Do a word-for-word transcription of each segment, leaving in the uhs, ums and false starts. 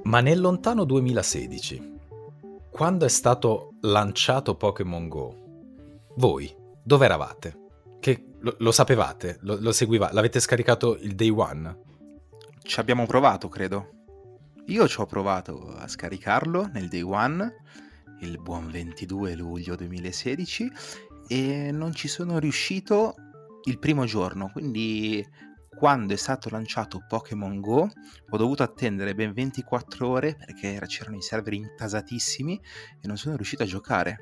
Ma nel lontano duemilasedici, quando è stato lanciato Pokémon Go, voi dove eravate? Che lo, lo sapevate? Lo, lo seguivate? L'avete scaricato il day one? Ci abbiamo provato, credo. Io ci ho provato a scaricarlo nel day one, il buon ventidue luglio duemilasedici, e non ci sono riuscito il primo giorno, quindi quando è stato lanciato Pokémon Go ho dovuto attendere ben ventiquattro ore perché c'erano i server intasatissimi e non sono riuscito a giocare.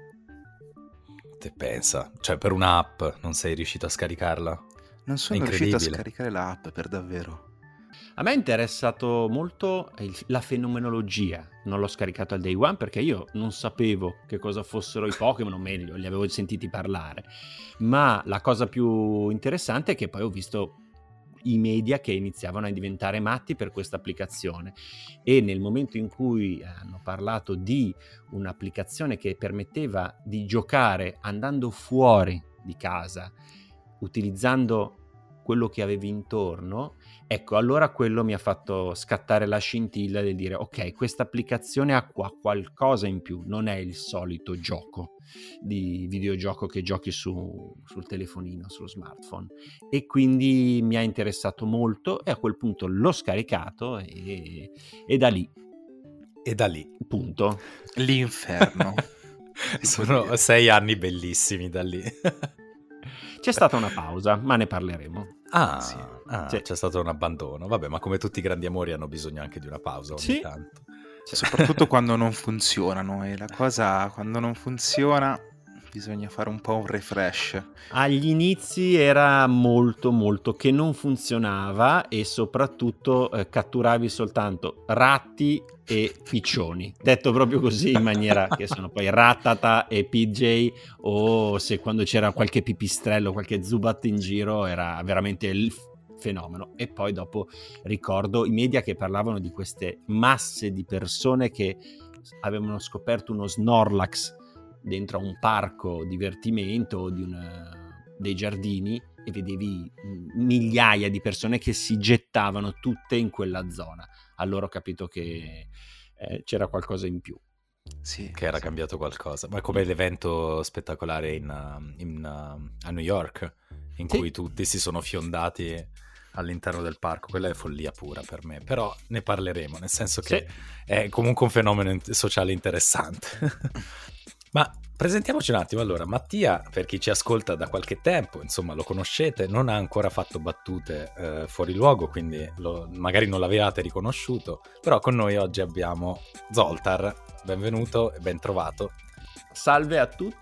Te pensa, cioè per un'app non sei riuscito a scaricarla? Non sono riuscito a scaricare l'app, per davvero. A me è interessato molto il, la fenomenologia. Non l'ho scaricato al day one perché io non sapevo che cosa fossero i Pokémon, o meglio, li avevo sentiti parlare. Ma la cosa più interessante è che poi ho visto i media che iniziavano a diventare matti per questa applicazione, e nel momento in cui hanno parlato di un'applicazione che permetteva di giocare andando fuori di casa, utilizzando quello che avevi intorno, ecco, allora quello mi ha fatto scattare la scintilla del dire ok, questa applicazione ha qua qualcosa in più, non è il solito gioco di videogioco che giochi su, sul telefonino, sullo smartphone, e quindi mi ha interessato molto e a quel punto l'ho scaricato e, e da lì e da lì punto l'inferno. Sono sei anni bellissimi da lì. C'è stata una pausa, ma ne parleremo. Ah, sì. ah sì. C'è stato un abbandono. Vabbè, ma come tutti i grandi amori hanno bisogno anche di una pausa ogni sì. tanto. Soprattutto quando non funzionano, e la cosa, quando non funziona bisogna fare un po' un refresh. Agli inizi era molto molto che non funzionava, e soprattutto eh, catturavi soltanto ratti e piccioni, detto proprio così, in maniera che sono poi Rattata e P J, o se quando c'era qualche pipistrello, qualche Zubat in giro, era veramente il fenomeno. E poi dopo ricordo i media che parlavano di queste masse di persone che avevano scoperto uno Snorlax dentro a un parco divertimento o di una, dei giardini, e vedevi migliaia di persone che si gettavano tutte in quella zona. Allora ho capito che eh, c'era qualcosa in più. Sì, che era sì. cambiato qualcosa. Ma come l'evento spettacolare in, in, a New York, in sì. cui tutti si sono fiondati all'interno del parco. Quella è follia pura per me, però ne parleremo, nel senso che sì. è comunque un fenomeno sociale interessante. Ma presentiamoci un attimo. Allora, Mattia, per chi ci ascolta da qualche tempo, insomma lo conoscete, non ha ancora fatto battute eh, fuori luogo, quindi lo, magari non l'avevate riconosciuto, però con noi oggi abbiamo Zoltar. Benvenuto e ben trovato. Salve a tutti.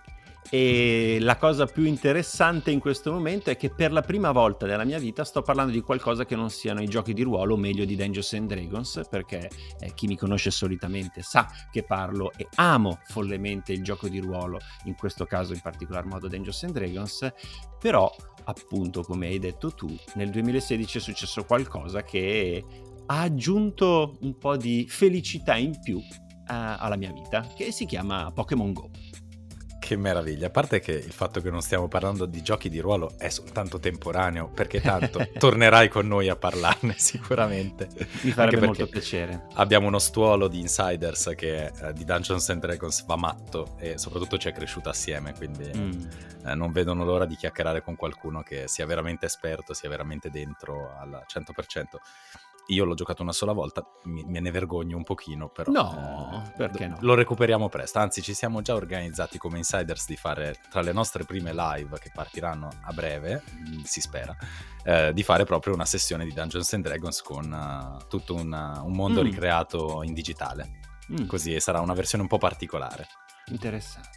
E la cosa più interessante in questo momento è che per la prima volta nella mia vita sto parlando di qualcosa che non siano i giochi di ruolo, o meglio di Dungeons and Dragons, perché eh, chi mi conosce solitamente sa che parlo e amo follemente il gioco di ruolo, in questo caso in particolar modo Dungeons and Dragons. Però appunto, come hai detto tu, nel duemilasedici è successo qualcosa che ha aggiunto un po' di felicità in più a, alla mia vita, che si chiama Pokémon Go. Che meraviglia, a parte che il fatto che non stiamo parlando di giochi di ruolo è soltanto temporaneo, perché tanto tornerai con noi a parlarne sicuramente. Mi farebbe molto piacere. Abbiamo uno stuolo di insiders che eh, di Dungeons and Dragons va matto, e soprattutto ci è cresciuto assieme, quindi mm. eh, non vedono l'ora di chiacchierare con qualcuno che sia veramente esperto, sia veramente dentro al cento per cento. Io l'ho giocato una sola volta, mi, me ne vergogno un pochino, però no, eh, perché no? Lo recuperiamo presto, anzi ci siamo già organizzati come insiders di fare, tra le nostre prime live che partiranno a breve, mh, si spera, eh, di fare proprio una sessione di Dungeons and Dragons con uh, tutto un, uh, un mondo mm. ricreato in digitale, mm. così sarà una versione un po' particolare. Interessante.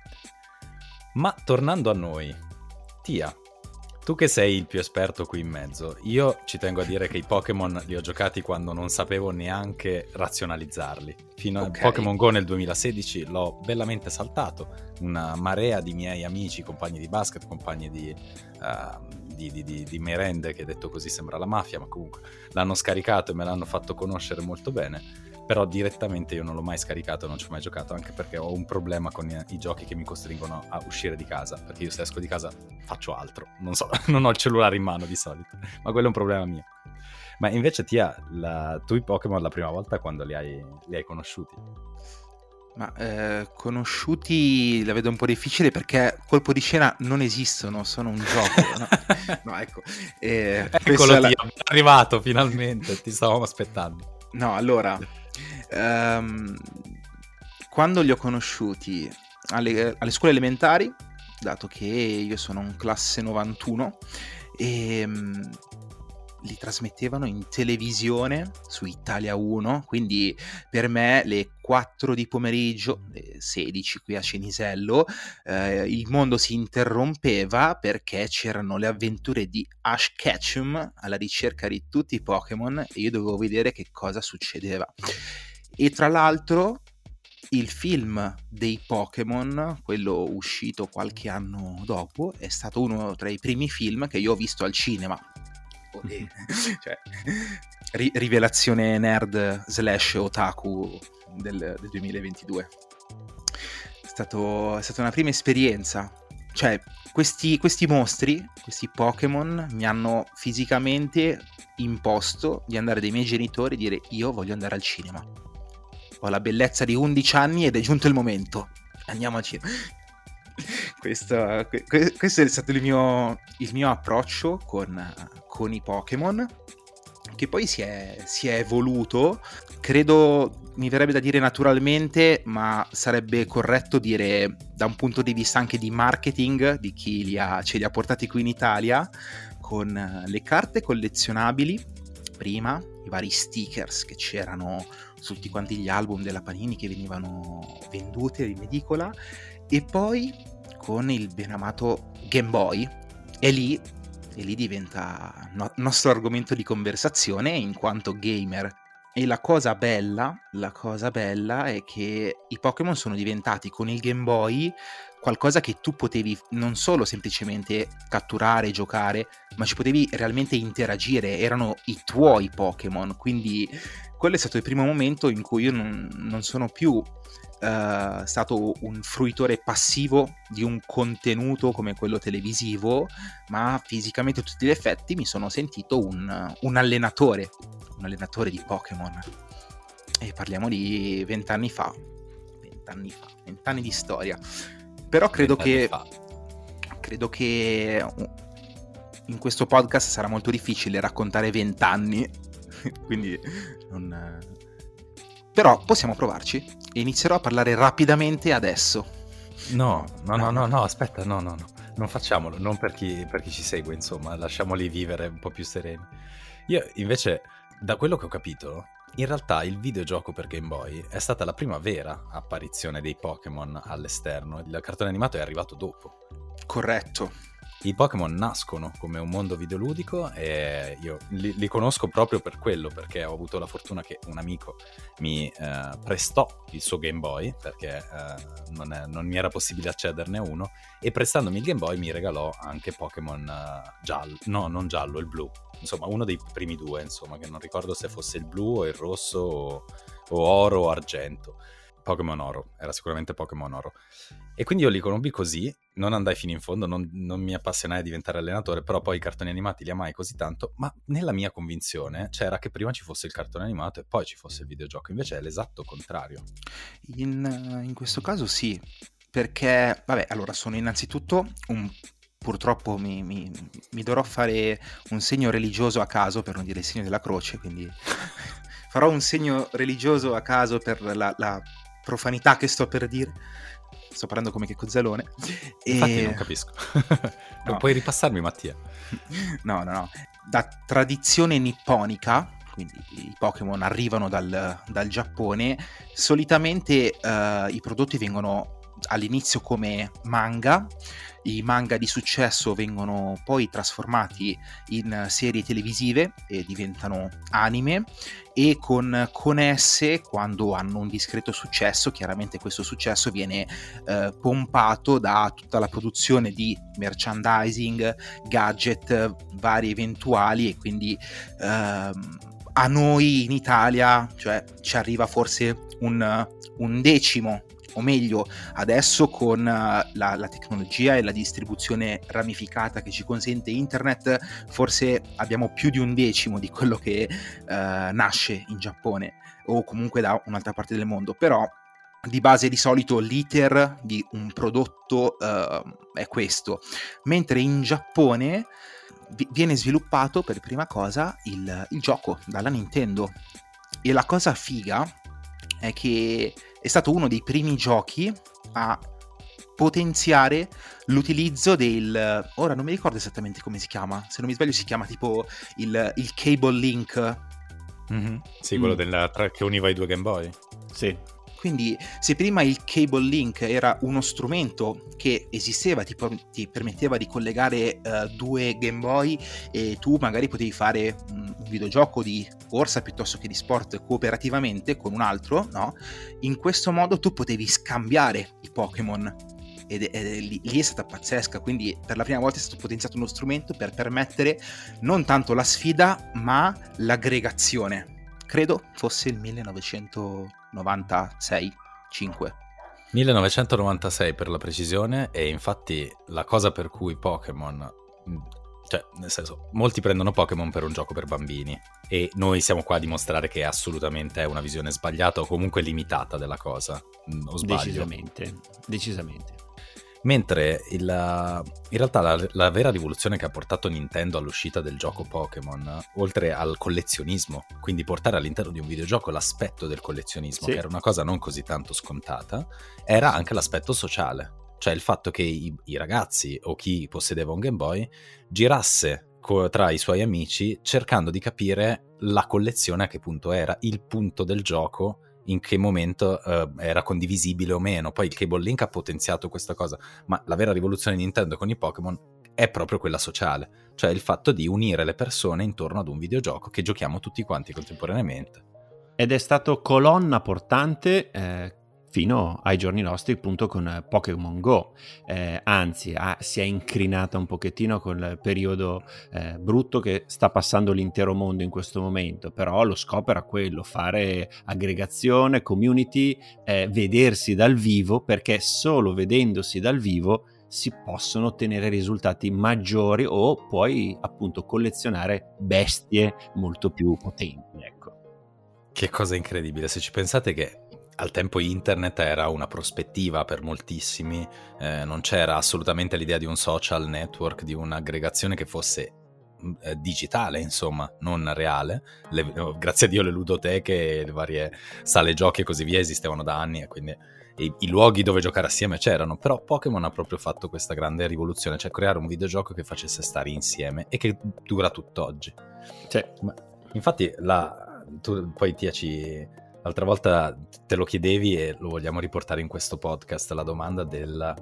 Ma tornando a noi, Tia, tu che sei il più esperto qui in mezzo, io ci tengo a dire che i Pokémon li ho giocati quando non sapevo neanche razionalizzarli. Fino a okay. Pokémon Go nel duemilasedici l'ho bellamente saltato. Una marea di miei amici, compagni di basket, compagni di, uh, di, di, di, di merende, che detto così sembra la mafia, ma comunque l'hanno scaricato e me l'hanno fatto conoscere molto bene. Però direttamente io non l'ho mai scaricato, non ci ho mai giocato, anche perché ho un problema con i, i giochi che mi costringono a uscire di casa, perché io se esco di casa faccio altro, non so, non ho il cellulare in mano di solito, ma quello è un problema mio. Ma invece Tia, la... tu i Pokémon la prima volta quando li hai, li hai conosciuti? Ma eh, conosciuti la vedo un po' difficile perché colpo di scena non esistono, sono un gioco. No, no ecco. Eh, Eccolo la... Tia, è arrivato finalmente, ti stavamo aspettando. No, allora, um, quando li ho conosciuti alle, alle scuole elementari, dato che io sono un classe novantuno, e um, li trasmettevano in televisione su Italia uno, quindi per me le quattro di pomeriggio, le sedici qui a Cinisello, eh, il mondo si interrompeva perché c'erano le avventure di Ash Ketchum alla ricerca di tutti i Pokémon e io dovevo vedere che cosa succedeva. E tra l'altro il film dei Pokémon, quello uscito qualche anno dopo, è stato uno tra i primi film che io ho visto al cinema. E, cioè, ri- rivelazione nerd slash otaku del, del duemilaventidue. È, stato, è stata una prima esperienza. Cioè, questi, questi mostri, questi Pokémon, mi hanno fisicamente imposto di andare dai miei genitori e dire: io voglio andare al cinema. Ho la bellezza di undici anni ed è giunto il momento. Andiamo al cinema. Questo, questo è stato il mio, il mio approccio con, con i Pokémon, che poi si è, si è evoluto, credo, mi verrebbe da dire naturalmente, ma sarebbe corretto dire da un punto di vista anche di marketing di chi li ha, ce li ha portati qui in Italia, con le carte collezionabili prima, i vari stickers che c'erano su tutti quanti gli album della Panini che venivano venduti in edicola, e poi con il ben amato Game Boy, e lì, e lì diventa no- nostro argomento di conversazione in quanto gamer. E la cosa bella, la cosa bella è che i Pokémon sono diventati con il Game Boy qualcosa che tu potevi non solo semplicemente catturare, giocare, ma ci potevi realmente interagire, erano i tuoi Pokémon, quindi quello è stato il primo momento in cui io non, non sono più Uh, stato un fruitore passivo di un contenuto come quello televisivo, ma fisicamente a tutti gli effetti mi sono sentito un, un allenatore, un allenatore di Pokémon. E parliamo di vent'anni fa, vent'anni fa, vent'anni di storia. Però credo che fa. credo che in questo podcast sarà molto difficile raccontare vent'anni, quindi non... Però possiamo provarci e inizierò a parlare rapidamente adesso. No, no, no, no, no, aspetta, no, no, no, non facciamolo, non per chi, per chi ci segue, insomma, lasciamoli vivere un po' più sereni. Io invece, da quello che ho capito, in realtà il videogioco per Game Boy è stata la prima vera apparizione dei Pokémon all'esterno, il cartone animato è arrivato dopo. Corretto. I Pokémon nascono come un mondo videoludico e io li, li conosco proprio per quello, perché ho avuto la fortuna che un amico mi eh, prestò il suo Game Boy, perché eh, non, è, non mi era possibile accederne a uno, e prestandomi il Game Boy mi regalò anche Pokémon eh, giallo, no, non giallo, il blu, insomma uno dei primi due, insomma, che non ricordo se fosse il blu o il rosso o, o oro o argento. Pokémon Oro, era sicuramente Pokémon Oro. E quindi io li conobbi così, non andai fino in fondo, non, non mi appassionai a diventare allenatore, però poi i cartoni animati li amai così tanto, ma nella mia convinzione c'era che prima ci fosse il cartone animato e poi ci fosse il videogioco, invece è l'esatto contrario. In, in questo caso sì, perché, vabbè, allora sono innanzitutto un... Purtroppo mi, mi, mi dovrò fare un segno religioso a caso, per non dire il segno della croce, quindi farò un segno religioso a caso per la, la profanità che sto per dire. Sto parlando come Checco Zalone. Infatti e... non capisco. No. Puoi ripassarmi, Mattia? No, no, no. Da tradizione nipponica, quindi i Pokémon arrivano dal, dal Giappone, solitamente uh, i prodotti vengono all'inizio come manga. I manga di successo vengono poi trasformati in serie televisive e diventano anime, e con, con esse, quando hanno un discreto successo, chiaramente questo successo viene eh, pompato da tutta la produzione di merchandising, gadget vari eventuali, e quindi ehm, a noi in Italia, cioè, ci arriva forse un, un decimo o meglio adesso con uh, la, la tecnologia e la distribuzione ramificata che ci consente internet, forse abbiamo più di un decimo di quello che uh, nasce in Giappone o comunque da un'altra parte del mondo, però di base di solito l'iter di un prodotto uh, è questo, mentre in Giappone vi- viene sviluppato per prima cosa il, il gioco dalla Nintendo, e la cosa figa è che è stato uno dei primi giochi a potenziare l'utilizzo del, ora non mi ricordo esattamente come si chiama, se non mi sbaglio si chiama tipo il, il cable link. Mm-hmm. Sì, quello Mm. della, tra, che univa i due Game Boy. Sì. Quindi se prima il cable link era uno strumento che esisteva, ti, ti permetteva di collegare uh, due Game Boy e tu magari potevi fare un, un videogioco di corsa piuttosto che di sport cooperativamente con un altro, no? In questo modo tu potevi scambiare i Pokémon ed, ed, ed lì, lì è stata pazzesca, quindi per la prima volta è stato potenziato uno strumento per permettere non tanto la sfida ma l'aggregazione. Credo fosse il millenovecentonovantasei cinque millenovecentonovantasei per la precisione, e infatti la cosa per cui Pokémon, cioè nel senso, molti prendono Pokémon per un gioco per bambini e noi siamo qua a dimostrare che assolutamente è una visione sbagliata o comunque limitata della cosa, o sbaglio? Decisamente, decisamente. Mentre il, in realtà la, la vera rivoluzione che ha portato Nintendo all'uscita del gioco Pokémon, oltre al collezionismo, quindi portare all'interno di un videogioco l'aspetto del collezionismo, sì. che era una cosa non così tanto scontata, era anche l'aspetto sociale. Cioè il fatto che i, i ragazzi o chi possedeva un Game Boy girasse co- tra i suoi amici cercando di capire la collezione a che punto era, il punto del gioco, in che momento uh, era condivisibile o meno. Poi il cable link ha potenziato questa cosa, ma la vera rivoluzione di Nintendo con i Pokémon è proprio quella sociale, cioè il fatto di unire le persone intorno ad un videogioco che giochiamo tutti quanti contemporaneamente. Ed è stato colonna portante eh, fino ai giorni nostri, appunto, con eh, Pokémon Go. Eh, anzi, ha, si è incrinata un pochettino con il periodo eh, brutto che sta passando l'intero mondo in questo momento, però lo scopo era quello, fare aggregazione, community, eh, vedersi dal vivo, perché solo vedendosi dal vivo si possono ottenere risultati maggiori o puoi appunto collezionare bestie molto più potenti, ecco. Che cosa incredibile, se ci pensate che al tempo internet era una prospettiva per moltissimi, eh, non c'era assolutamente l'idea di un social network, di un'aggregazione che fosse eh, digitale, insomma, non reale. Le, grazie a Dio le ludoteche, le varie sale giochi e così via esistevano da anni, e quindi i, i luoghi dove giocare assieme c'erano, però Pokémon ha proprio fatto questa grande rivoluzione, cioè creare un videogioco che facesse stare insieme e che dura tutt'oggi. Cioè, Ma, infatti la, tu poi Tia ci... L'altra volta te lo chiedevi e lo vogliamo riportare in questo podcast, la domanda del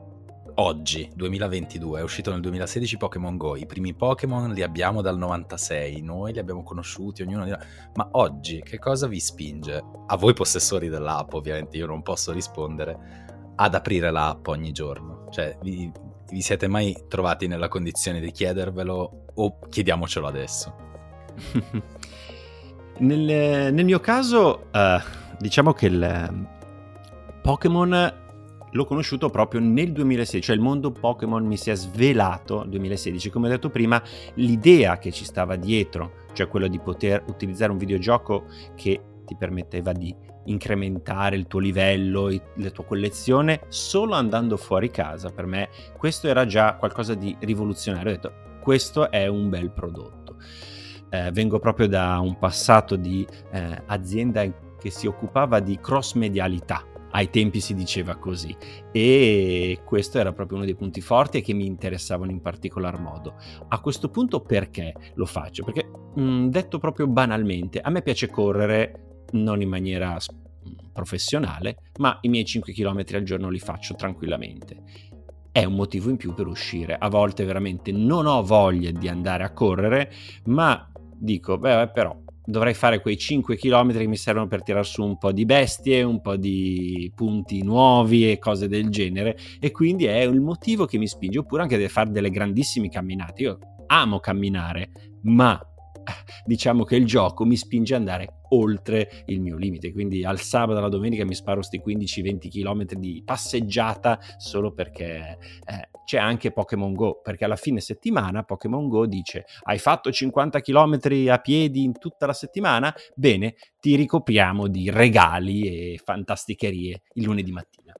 oggi, duemilaventidue, è uscito nel duemilasedici Pokémon Go, i primi Pokémon li abbiamo dal novantasei, noi li abbiamo conosciuti, ognuno di... ma oggi che cosa vi spinge, a voi possessori dell'app ovviamente, io non posso rispondere, ad aprire l'app ogni giorno? Cioè, vi, vi siete mai trovati nella condizione di chiedervelo o chiediamocelo adesso? Nel, nel mio caso, uh, diciamo che il Pokémon l'ho conosciuto proprio nel duemilasedici, cioè il mondo Pokémon mi si è svelato nel duemilasedici. Come ho detto prima, l'idea che ci stava dietro, cioè quello di poter utilizzare un videogioco che ti permetteva di incrementare il tuo livello, la tua collezione, solo andando fuori casa, per me questo era già qualcosa di rivoluzionario. Ho detto, questo è un bel prodotto. Eh, vengo proprio da un passato di eh, azienda che si occupava di cross-medialità, ai tempi si diceva così, e questo era proprio uno dei punti forti e che mi interessavano in particolar modo. A questo punto perché lo faccio? Perché mh, detto proprio banalmente, a me piace correre non in maniera professionale, ma i miei cinque chilometri al giorno li faccio tranquillamente. È un motivo in più per uscire. A volte veramente non ho voglia di andare a correre, ma dico, beh, però dovrei fare quei cinque chilometri che mi servono per tirar su un po' di bestie, un po' di punti nuovi e cose del genere, e quindi è il motivo che mi spinge. Oppure anche di fare delle grandissime camminate. Io amo camminare, ma diciamo che il gioco mi spinge ad andare oltre il mio limite, quindi al sabato alla domenica mi sparo sti quindici venti chilometri di passeggiata solo perché eh, c'è anche Pokémon Go, perché alla fine settimana Pokémon Go dice: hai fatto cinquanta chilometri a piedi in tutta la settimana? Bene, ti ricopriamo di regali e fantasticherie il lunedì mattina.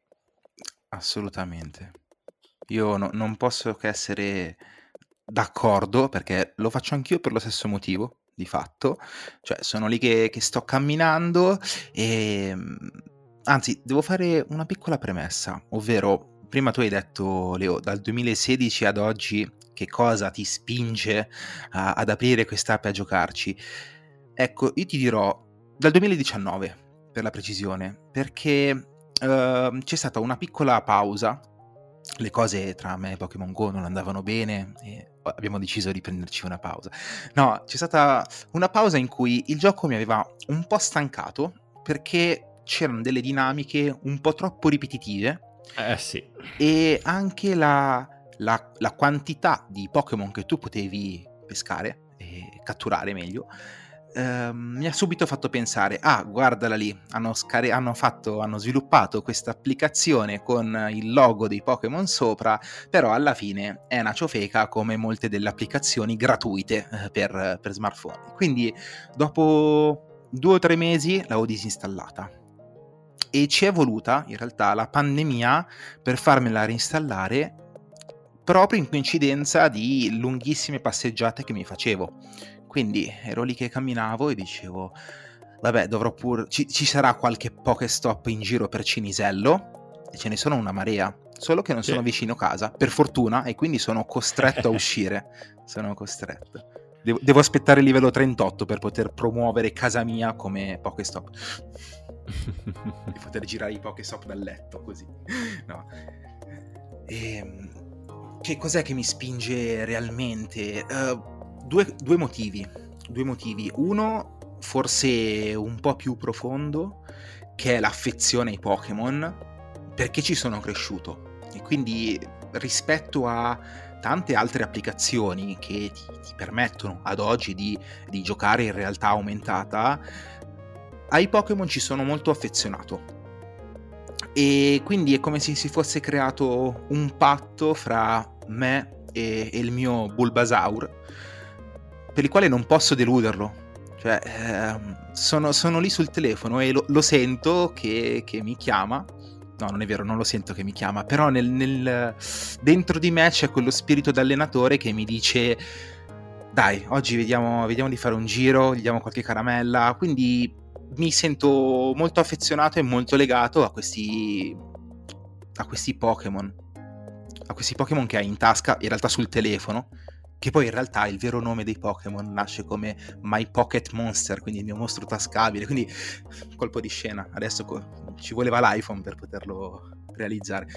Assolutamente. Io no- non posso che essere d'accordo, perché lo faccio anch'io per lo stesso motivo, di fatto. Cioè, sono lì che, che sto camminando e... mm, Anzi, devo fare una piccola premessa, ovvero, prima tu hai detto, Leo, dal duemilasedici ad oggi che cosa ti spinge a- ad aprire quest'app e a giocarci? Ecco, io ti dirò, dal duemiladiciannove, per la precisione, perché ehm, c'è stata una piccola pausa, le cose tra me e Pokémon Go non andavano bene e abbiamo deciso di prenderci una pausa. No, c'è stata una pausa in cui il gioco mi aveva un po' stancato perché c'erano delle dinamiche un po' troppo ripetitive Eh sì. e anche la, la- la quantità di Pokémon che tu potevi pescare e catturare meglio ehm, mi ha subito fatto pensare: ah, guardala lì, hanno, scare- hanno fatto, hanno sviluppato questa applicazione con il logo dei Pokémon sopra, però alla fine è una ciofeca come molte delle applicazioni gratuite eh, per, per smartphone. Quindi dopo due o tre mesi l'avevo disinstallata. E ci è voluta in realtà la pandemia per farmela reinstallare, proprio in coincidenza di lunghissime passeggiate che mi facevo. Quindi ero lì che camminavo e dicevo: vabbè, dovrò pur... ci, ci sarà qualche Pokéstop in giro per Cinisello, e ce ne sono una marea, solo che non Sì. sono vicino casa, per fortuna, e quindi sono costretto a uscire. Sono costretto. Devo, devo aspettare il livello trentotto per poter promuovere casa mia come Pokéstop. Di poter girare i Pokéstop dal letto, così. No. E, che cos'è che mi spinge realmente? Uh, due, due motivi. Due motivi. Uno, forse un po' più profondo, che è l'affezione ai Pokémon, perché ci sono cresciuto. E quindi rispetto a tante altre applicazioni che ti, ti permettono ad oggi di, di giocare in realtà aumentata, ai Pokémon ci sono molto affezionato. E quindi è come se si fosse creato un patto fra me e, e il mio Bulbasaur, per il quale non posso deluderlo. Cioè, ehm, sono, sono lì sul telefono e lo, lo sento che, che mi chiama. No, non è vero, non lo sento che mi chiama, però nel, nel, dentro di me c'è quello spirito d'allenatore che mi dice: dai, oggi vediamo, vediamo di fare un giro, gli diamo qualche caramella. Quindi mi sento molto affezionato e molto legato a questi a questi Pokémon, a questi Pokémon che hai in tasca, in realtà sul telefono, che poi in realtà il vero nome dei Pokémon nasce come My Pocket Monster, quindi il mio mostro tascabile. Quindi colpo di scena, adesso co- ci voleva l'iPhone per poterlo realizzare.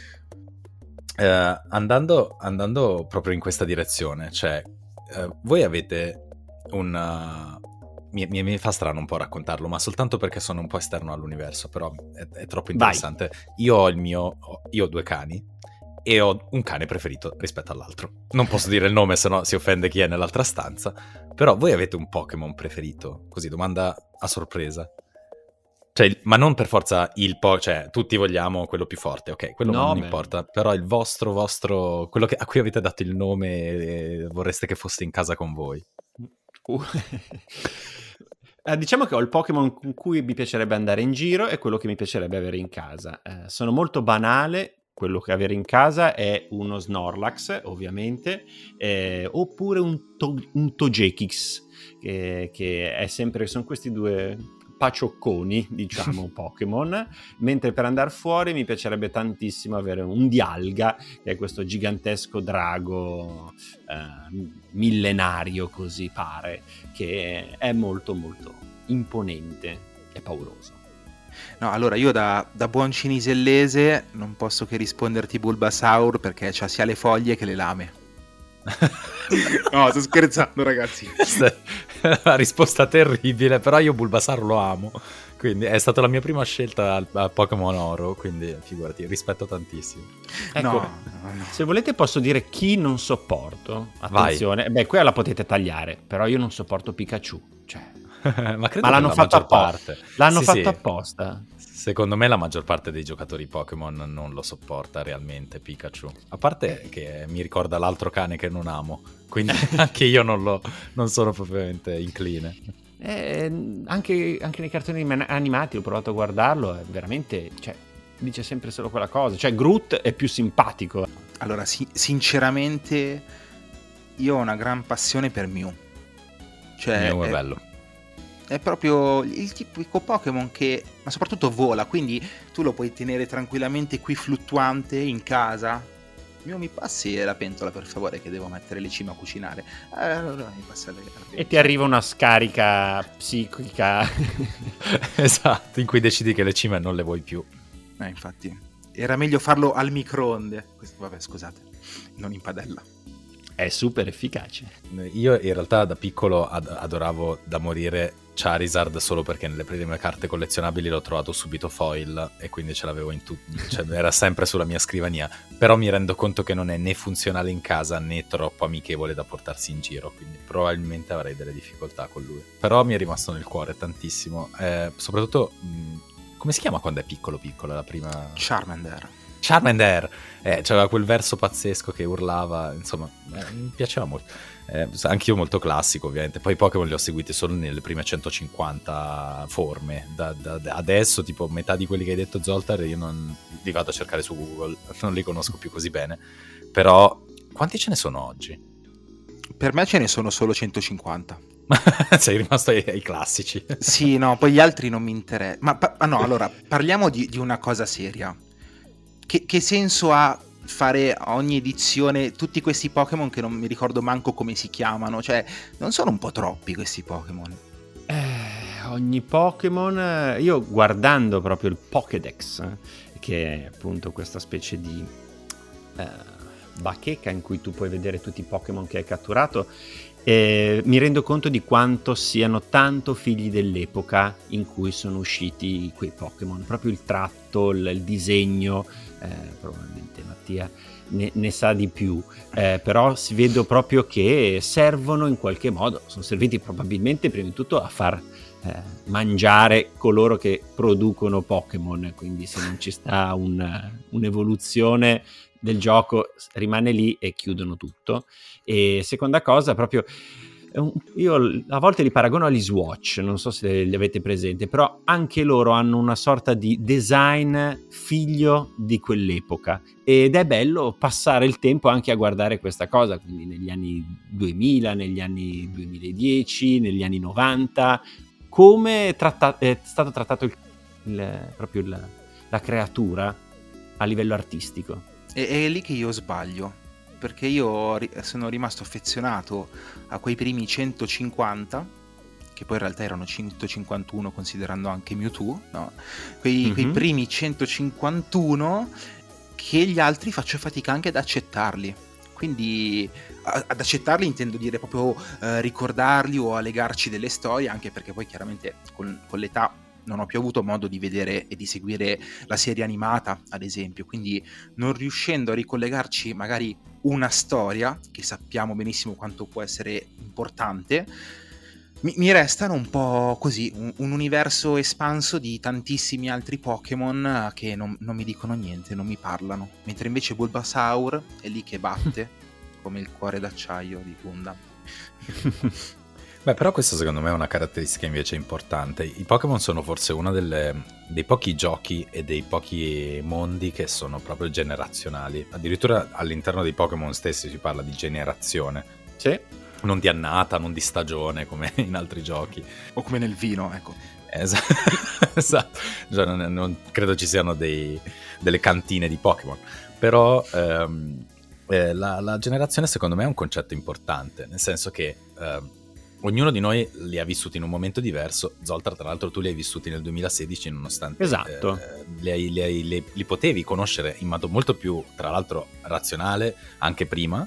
Eh, andando, andando proprio in questa direzione, cioè eh, voi avete un uh, mi, mi, mi fa strano un po' raccontarlo, ma soltanto perché sono un po' esterno all'universo, però è, è troppo interessante. Vai. Io ho il mio io ho due cani e ho un cane preferito rispetto all'altro. Non posso dire il nome, sennò si offende chi è nell'altra stanza. Però voi avete un Pokémon preferito? Così, domanda a sorpresa. Cioè, ma non per forza il po', cioè tutti vogliamo quello più forte, ok, quello no, non beh. importa, però il vostro, vostro, quello che, a cui avete dato il nome e vorreste che fosse in casa con voi. Uh. eh, diciamo che ho il Pokémon con cui mi piacerebbe andare in giro e quello che mi piacerebbe avere in casa. Eh, sono molto banale. Quello che avere in casa è uno Snorlax, ovviamente, eh, oppure un, to- un Togekiss, che, che è sempre, sono questi due paciocconi, diciamo, Pokémon, mentre per andare fuori mi piacerebbe tantissimo avere un Dialga, che è questo gigantesco drago eh, millenario, così pare, che è molto molto imponente e pauroso. No, allora io da, da buon cinisellese non posso che risponderti Bulbasaur, perché c'ha sia le foglie che le lame. No, sto scherzando, ragazzi. La risposta terribile, però io Bulbasaur lo amo, quindi è stata la mia prima scelta al- a Pokémon Oro, quindi figurati, rispetto tantissimo. Ecco, No, no, no. se volete posso dire chi non sopporto. Attenzione, beh, quella la potete tagliare, però io non sopporto Pikachu. Cioè, Ma credo ma l'hanno che la fatto maggior apposta. parte. L'hanno Sì, fatto sì. apposta. Secondo me la maggior parte dei giocatori Pokémon non lo sopporta realmente Pikachu. A parte che mi ricorda l'altro cane che non amo, quindi anche io non, lo, non sono propriamente incline. Eh, anche, anche nei cartoni anima- animati ho provato a guardarlo, è veramente, cioè, dice sempre solo quella cosa. Cioè, Groot è più simpatico. Allora, si- sinceramente, io ho una gran passione per Mew. Cioè, Mew è è, bello. è proprio il tipico Pokémon che, ma soprattutto vola, quindi tu lo puoi tenere tranquillamente qui fluttuante in casa. Mew, mi passi la pentola per favore, che devo mettere le cime a cucinare. Eh, Allora mi passa la pentola. E ti arriva una scarica psichica. Esatto, in cui decidi che le cime non le vuoi più. Eh, infatti, era meglio farlo al microonde. Questo- Vabbè, scusate, non in padella. È super efficace. Io in realtà da piccolo ad- adoravo da morire Charizard solo perché nelle prime carte collezionabili l'ho trovato subito foil e quindi ce l'avevo in tutto, cioè era sempre sulla mia scrivania, però mi rendo conto che non è né funzionale in casa né troppo amichevole da portarsi in giro, quindi probabilmente avrei delle difficoltà con lui, però mi è rimasto nel cuore tantissimo, eh, soprattutto mh, come si chiama quando è piccolo piccolo la prima... Charmander. Charmander, eh, c'aveva quel verso pazzesco che urlava, insomma, eh, mi piaceva molto. Eh, anch'io molto classico, ovviamente. Poi i Pokémon li ho seguiti solo nelle prime centocinquanta forme. Da, da- da adesso, tipo, metà di quelli che hai detto, Zoltar, io non li vado a cercare su Google, non li conosco più così bene. Però, quanti ce ne sono oggi? Per me ce ne sono solo centocinquanta. Sei rimasto ai, ai classici. Sì, no, poi gli altri non mi interessano. Ma pa- ah, no, allora, parliamo di, di una cosa seria. Che, che senso ha fare a ogni edizione tutti questi Pokémon che non mi ricordo manco come si chiamano? Cioè, non sono un po' troppi questi Pokémon? Eh, ogni Pokémon, eh, io guardando proprio il Pokédex, eh, che è appunto questa specie di eh, bacheca in cui tu puoi vedere tutti i Pokémon che hai catturato, eh, mi rendo conto di quanto siano tanto figli dell'epoca in cui sono usciti quei Pokémon, proprio il tratto, il, il disegno, eh, probabilmente Mattia ne, ne sa di più, eh, però si vedo proprio che servono in qualche modo, sono serviti probabilmente prima di tutto a far eh, mangiare coloro che producono Pokémon, quindi se non ci sta un, un'evoluzione del gioco rimane lì e chiudono tutto. E seconda cosa, proprio io a volte li paragono agli Swatch, non so se li avete presente, però anche loro hanno una sorta di design figlio di quell'epoca ed è bello passare il tempo anche a guardare questa cosa, quindi negli anni duemila, negli anni duemiladieci, negli anni novanta, come tratta- è stato trattato il, il, proprio il, la creatura a livello artistico. E è lì che io sbaglio, perché io ri- sono rimasto affezionato a quei primi centocinquanta, che poi in realtà erano centocinquantuno considerando anche Mewtwo, no? Quei, Mm-hmm. quei primi centocinquantuno che gli altri faccio fatica anche ad accettarli. Quindi a- ad accettarli intendo dire proprio eh, ricordarli o a legarci delle storie, anche perché poi chiaramente con, con l'età non ho più avuto modo di vedere e di seguire la serie animata, ad esempio, quindi non riuscendo a ricollegarci magari una storia, che sappiamo benissimo quanto può essere importante, mi, mi restano un po' così, un, un universo espanso di tantissimi altri Pokémon che non, non mi dicono niente, non mi parlano, mentre invece Bulbasaur è lì che batte, come il cuore d'acciaio di Gundam. Beh, però questo secondo me è una caratteristica invece importante. I Pokémon sono forse uno delle, dei pochi giochi e dei pochi mondi che sono proprio generazionali. Addirittura all'interno dei Pokémon stessi si parla di generazione. Sì. Non di annata, non di stagione come in altri giochi. O come nel vino, ecco. Esatto, esatto. Cioè, non, non credo ci siano dei, delle cantine di Pokémon. Però ehm, eh, la, la generazione secondo me è un concetto importante, nel senso che... Ehm, ognuno di noi li ha vissuti in un momento diverso. Zoltar, tra l'altro, tu li hai vissuti nel duemilasedici, nonostante Esatto. eh, li, hai, li, hai, li, li potevi conoscere in modo molto più, tra l'altro, razionale anche prima.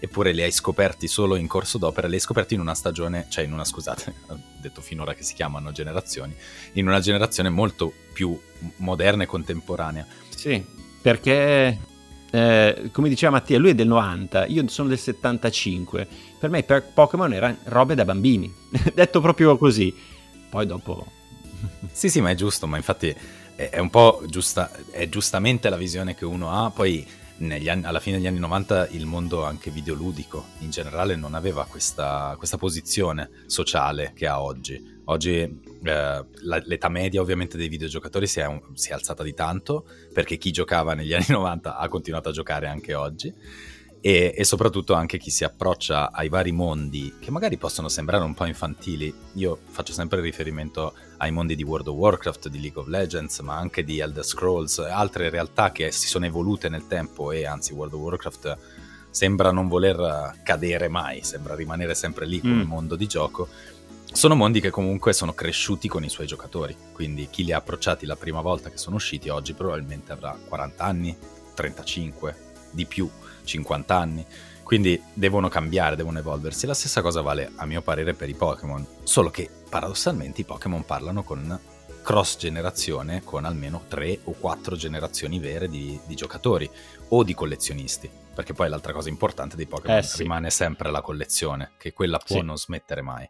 eppure li hai scoperti solo in corso d'opera, li hai scoperti in una stagione, cioè in una, scusate, ho detto finora che si chiamano generazioni, in una generazione molto più moderna e contemporanea. Sì, perché eh, come diceva Mattia, lui è del novanta, io sono del settantacinque, per me per Pokémon erano robe da bambini, detto proprio così, poi dopo... Sì, sì, ma è giusto, ma infatti è, è un po' giusta, è giustamente la visione che uno ha, poi negli anni, alla fine degli anni novanta il mondo anche videoludico in generale non aveva questa, questa posizione sociale che ha oggi. Oggi eh, la, l'età media ovviamente dei videogiocatori si è, un, si è alzata di tanto, perché chi giocava negli anni novanta ha continuato a giocare anche oggi, e, e soprattutto anche chi si approccia ai vari mondi che magari possono sembrare un po' infantili. Io faccio sempre riferimento ai mondi di World of Warcraft, di League of Legends, ma anche di Elder Scrolls, altre realtà che si sono evolute nel tempo, e anzi World of Warcraft sembra non voler cadere mai, sembra rimanere sempre lì come mm. mondo di gioco. Sono mondi che comunque sono cresciuti con i suoi giocatori, quindi chi li ha approcciati la prima volta che sono usciti oggi probabilmente avrà quaranta anni, trentacinque, di più, cinquanta anni, quindi devono cambiare, devono evolversi. La stessa cosa vale a mio parere per i Pokémon, solo che paradossalmente i Pokémon parlano con cross generazione, con almeno tre o quattro generazioni vere di, di giocatori o di collezionisti, perché poi l'altra cosa importante dei Pokémon eh sì. rimane sempre la collezione, che quella può sì. non smettere mai.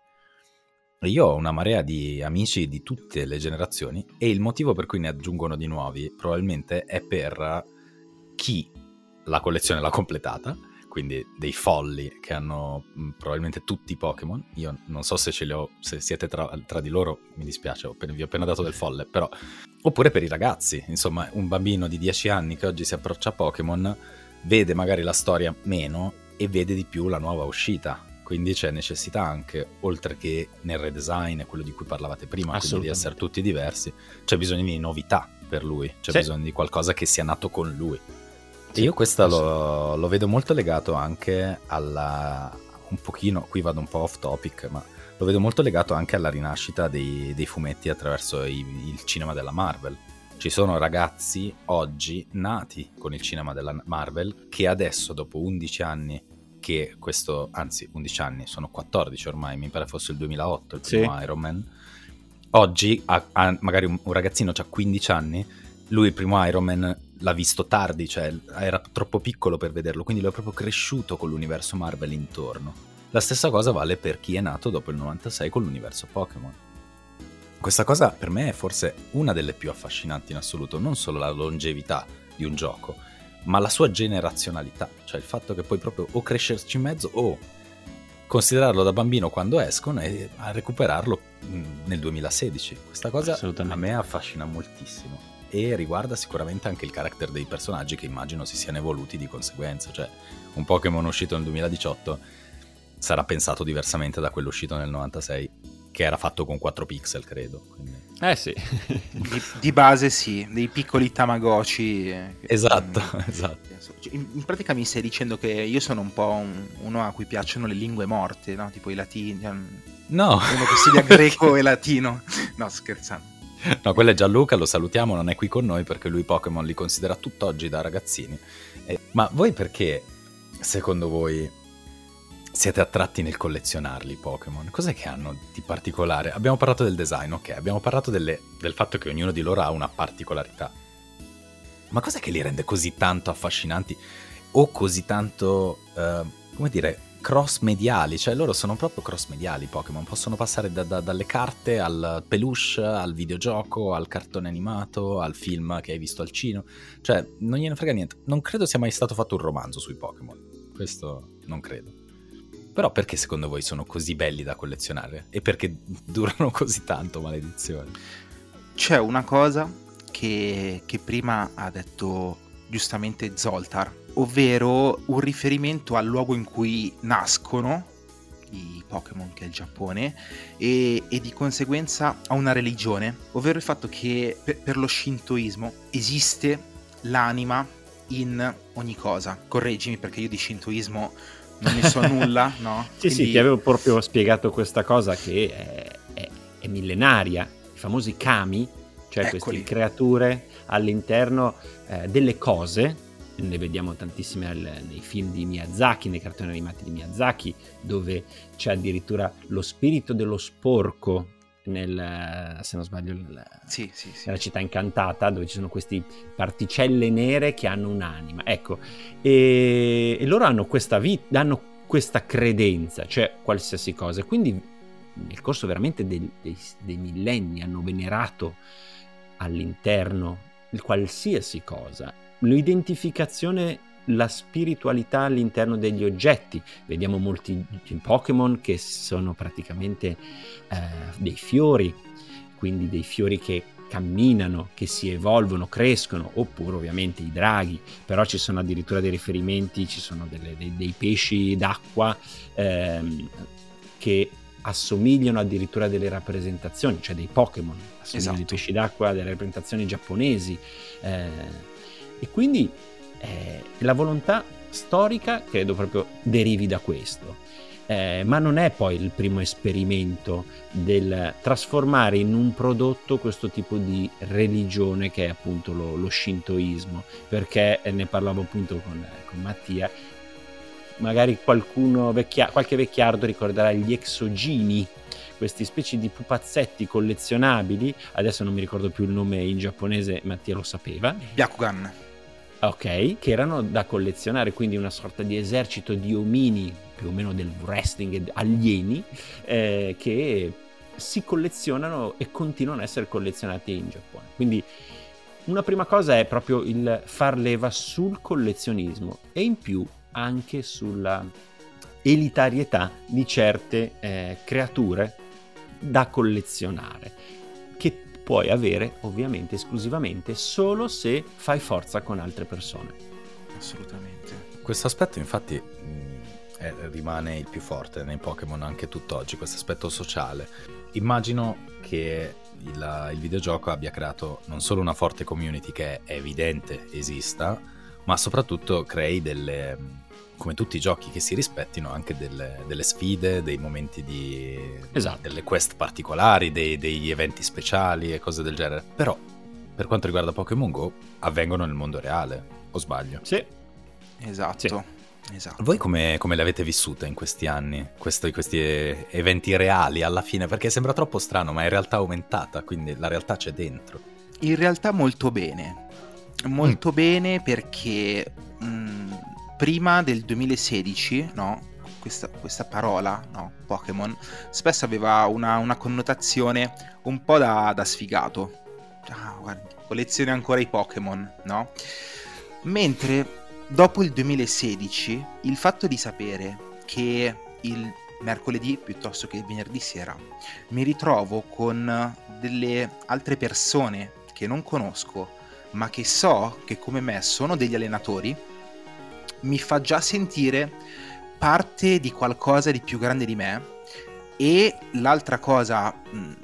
Io ho una marea di amici di tutte le generazioni, e il motivo per cui ne aggiungono di nuovi probabilmente è per chi la collezione l'ha completata, quindi dei folli che hanno mh, probabilmente tutti i Pokémon. Io non so se ce li ho, se siete tra, tra di loro, mi dispiace, ho appena, vi ho appena dato del folle, però... Oppure per i ragazzi, insomma, un bambino di dieci anni che oggi si approccia a Pokémon vede magari la storia meno e vede di più la nuova uscita, quindi c'è necessità anche, oltre che nel redesign e quello di cui parlavate prima, quindi di essere tutti diversi, c'è bisogno di novità per lui, c'è sì. bisogno di qualcosa che sia nato con lui. Sì, io questa lo, lo vedo molto legato anche alla, un pochino, qui vado un po' off topic, ma lo vedo molto legato anche alla rinascita dei, dei fumetti attraverso i, il cinema della Marvel. Ci sono ragazzi oggi nati con il cinema della Marvel che adesso, dopo undici anni, che questo, anzi undici anni, sono quattordici ormai, mi pare fosse il duemilaotto il primo sì. Iron Man, oggi ha, ha, magari un, un ragazzino ha quindici anni, lui il primo Iron Man l'ha visto tardi, cioè era troppo piccolo per vederlo, quindi lui è proprio cresciuto con l'universo Marvel intorno. La stessa cosa vale per chi è nato dopo il novantasei con l'universo Pokémon. Questa cosa per me è forse una delle più affascinanti in assoluto, non solo la longevità di un gioco, ma la sua generazionalità, cioè il fatto che puoi proprio o crescerci in mezzo o considerarlo da bambino quando escono e a recuperarlo nel duemilasedici. Questa cosa a me affascina moltissimo. E riguarda sicuramente anche il character dei personaggi, che immagino si siano evoluti di conseguenza. Cioè, un Pokémon uscito nel duemiladiciotto sarà pensato diversamente da quello uscito nel novantasei, che era fatto con quattro pixel, credo. Quindi... Eh sì. di, di base sì, dei piccoli Tamagotchi. Esatto, um, esatto. In, in pratica mi stai dicendo che io sono un po' un, uno a cui piacciono le lingue morte, no? Tipo i latini. No. Uno che studia greco e latino. No, scherzando. No, quello è Gianluca, lo salutiamo, non è qui con noi perché lui Pokémon li considera tutt'oggi da ragazzini. Eh, ma voi perché, secondo voi, siete attratti nel collezionarli Pokémon? Cos'è che hanno di particolare? Abbiamo parlato del design, ok, abbiamo parlato delle, del fatto che ognuno di loro ha una particolarità. Ma cos'è che li rende così tanto affascinanti o così tanto, eh, come dire... cross mediali? Cioè loro sono proprio cross mediali. Pokémon possono passare da, da, dalle carte al peluche, al videogioco, al cartone animato, al film che hai visto al cinema, cioè non gliene frega niente. Non credo sia mai stato fatto un romanzo sui Pokémon, questo non credo. Però perché secondo voi sono così belli da collezionare e perché durano così tanto, maledizione? C'è una cosa che, che prima ha detto giustamente Zoltar, ovvero un riferimento al luogo in cui nascono i Pokémon, che è il Giappone, e, e di conseguenza a una religione, ovvero il fatto che per, per lo shintoismo esiste l'anima in ogni cosa. Correggimi perché io di shintoismo non ne so nulla, no? Sì, Quindi... sì, ti avevo proprio spiegato questa cosa che è, è, è millenaria, i famosi kami, cioè Eccoli. queste creature all'interno eh, delle cose ne vediamo tantissime al, nei film di Miyazaki, nei cartoni animati di Miyazaki, dove c'è addirittura lo spirito dello sporco nel, se non sbaglio, nel, sì, sì, sì. nella città incantata, dove ci sono queste particelle nere che hanno un'anima, ecco, e, e loro hanno questa vita, hanno questa credenza, cioè qualsiasi cosa, quindi nel corso veramente dei, dei, dei millenni hanno venerato all'interno di qualsiasi cosa l'identificazione, la spiritualità all'interno degli oggetti. Vediamo molti Pokémon che sono praticamente eh, dei fiori, quindi dei fiori che camminano, che si evolvono, crescono, oppure ovviamente i draghi, però ci sono addirittura dei riferimenti, ci sono delle, dei, dei pesci d'acqua ehm, che assomigliano addirittura a delle rappresentazioni, cioè dei Pokémon assomigliano Esatto. ai pesci d'acqua, delle rappresentazioni giapponesi, eh, e quindi eh, la volontà storica credo proprio derivi da questo. Eh, ma non è poi il primo esperimento del trasformare in un prodotto questo tipo di religione che è appunto lo, lo shintoismo, perché eh, ne parlavo appunto con, con Mattia, magari qualcuno vecchia, qualche vecchiardo ricorderà gli exogini, questi specie di pupazzetti collezionabili, adesso non mi ricordo più il nome in giapponese, Mattia lo sapeva. Byakugan. Ok, che erano da collezionare, quindi una sorta di esercito di omini, più o meno del wrestling, alieni, eh, che si collezionano e continuano a essere collezionati in Giappone. Quindi una prima cosa è proprio il far leva sul collezionismo e in più anche sulla elitarietà di certe eh, creature da collezionare, che puoi avere ovviamente esclusivamente solo se fai forza con altre persone. Assolutamente. Questo aspetto infatti mh, è, rimane il più forte nei Pokémon anche tutt'oggi, questo aspetto sociale. Immagino che il, il videogioco abbia creato non solo una forte community che è evidente esista, ma soprattutto crei delle, come tutti i giochi che si rispettino, anche delle, delle sfide, dei momenti di... Esatto. delle quest particolari, dei, degli eventi speciali e cose del genere. Però, per quanto riguarda Pokémon Go, avvengono nel mondo reale, o sbaglio? Sì. Esatto. Sì. Esatto. Voi come, come le avete vissute in questi anni, Questo, questi eventi reali alla fine? Perché sembra troppo strano, ma in realtà è aumentata, quindi la realtà c'è dentro. In realtà molto bene. Molto mm. bene perché mh, prima del duemilasedici, no, questa, questa parola, no, Pokémon, spesso aveva una, una connotazione un po' da, da sfigato. Ah, guarda, collezioni ancora i Pokémon, no? Mentre dopo il duemilasedici il fatto di sapere che il mercoledì piuttosto che il venerdì sera mi ritrovo con delle altre persone che non conosco, ma che so che come me sono degli allenatori, mi fa già sentire parte di qualcosa di più grande di me. E l'altra cosa mh,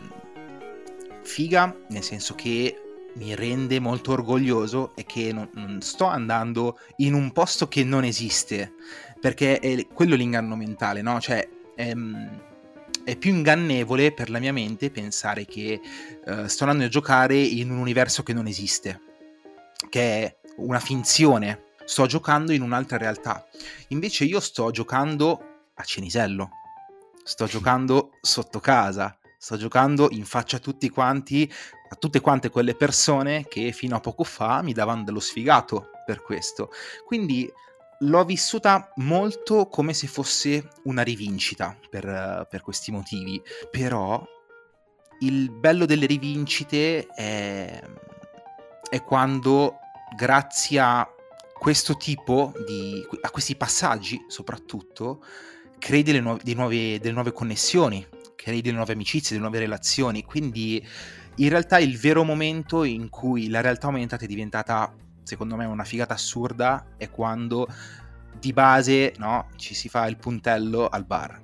figa, nel senso che mi rende molto orgoglioso, è che non, non sto andando in un posto che non esiste, perché è quello l'inganno mentale, no? Cioè è, è più ingannevole per la mia mente pensare che uh, sto andando a giocare in un universo che non esiste, che è una finzione. Sto giocando in un'altra realtà. Invece io sto giocando a Cenisello, sto giocando sotto casa, sto giocando in faccia a tutti quanti, a tutte quante quelle persone che fino a poco fa mi davano dello sfigato per questo. Quindi l'ho vissuta molto come se fosse una rivincita per, per questi motivi. Però il bello delle rivincite è, è quando, grazie a questo tipo di, a questi passaggi soprattutto, crei delle, nu- dei nuove, delle nuove connessioni, crei delle nuove amicizie, delle nuove relazioni. Quindi in realtà il vero momento in cui la realtà aumentata è diventata, secondo me, una figata assurda è quando di base, no, ci si fa il puntello al bar.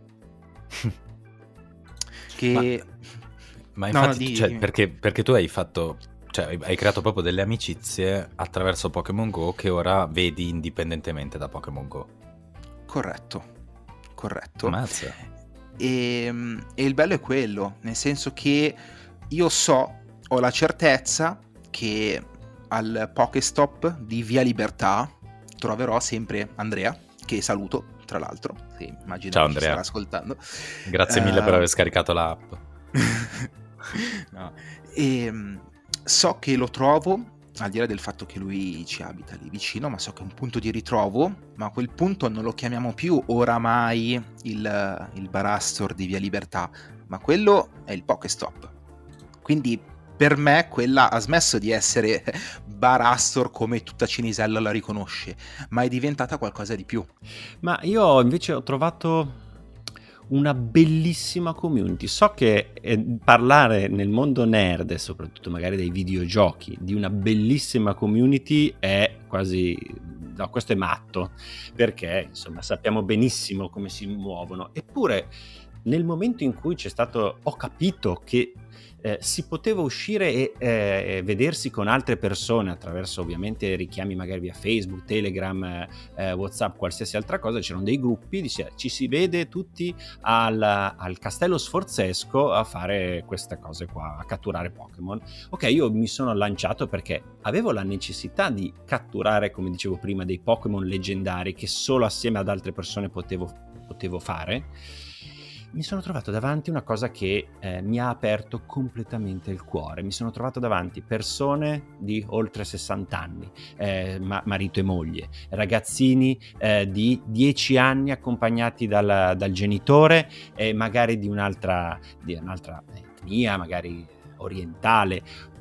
Che ma, ma no, infatti no, di... cioè, perché, perché tu hai fatto, cioè hai creato proprio delle amicizie attraverso Pokémon Go che ora vedi indipendentemente da Pokémon Go. Corretto, corretto. Ammazza. E, e il bello è quello, nel senso che io so, ho la certezza che al Pokéstop di Via Libertà troverò sempre Andrea, che saluto tra l'altro, che immagino Ciao, che ci Andrea. starà ascoltando. Grazie mille Uh, per aver scaricato l'app. no. E so che lo trovo, al di là del fatto che lui ci abita lì vicino, ma so che è un punto di ritrovo, ma a quel punto non lo chiamiamo più oramai il, il Barastor di Via Libertà, ma quello è il Pokestop. Quindi per me quella ha smesso di essere Barastor come tutta Cinisella la riconosce, ma è diventata qualcosa di più. Ma io invece ho trovato una bellissima community. So che eh, parlare nel mondo nerd, e soprattutto magari dei videogiochi, di una bellissima community è quasi... no, questo è matto, perché insomma sappiamo benissimo come si muovono. Eppure nel momento in cui c'è stato, ho capito che eh, si poteva uscire e eh, vedersi con altre persone attraverso ovviamente richiami magari via Facebook, Telegram, eh, WhatsApp, qualsiasi altra cosa. C'erano dei gruppi, dice, ci si vede tutti al, al Castello Sforzesco a fare queste cose qua, a catturare Pokémon. Ok, io mi sono lanciato perché avevo la necessità di catturare, come dicevo prima, dei Pokémon leggendari che solo assieme ad altre persone potevo, potevo fare. Mi sono trovato davanti una cosa che eh, mi ha aperto completamente il cuore. Mi sono trovato davanti persone di oltre sessanta anni, eh, ma- marito e moglie, ragazzini eh, di dieci anni accompagnati dal, dal genitore, e magari di un'altra, di un'altra etnia, magari orientale,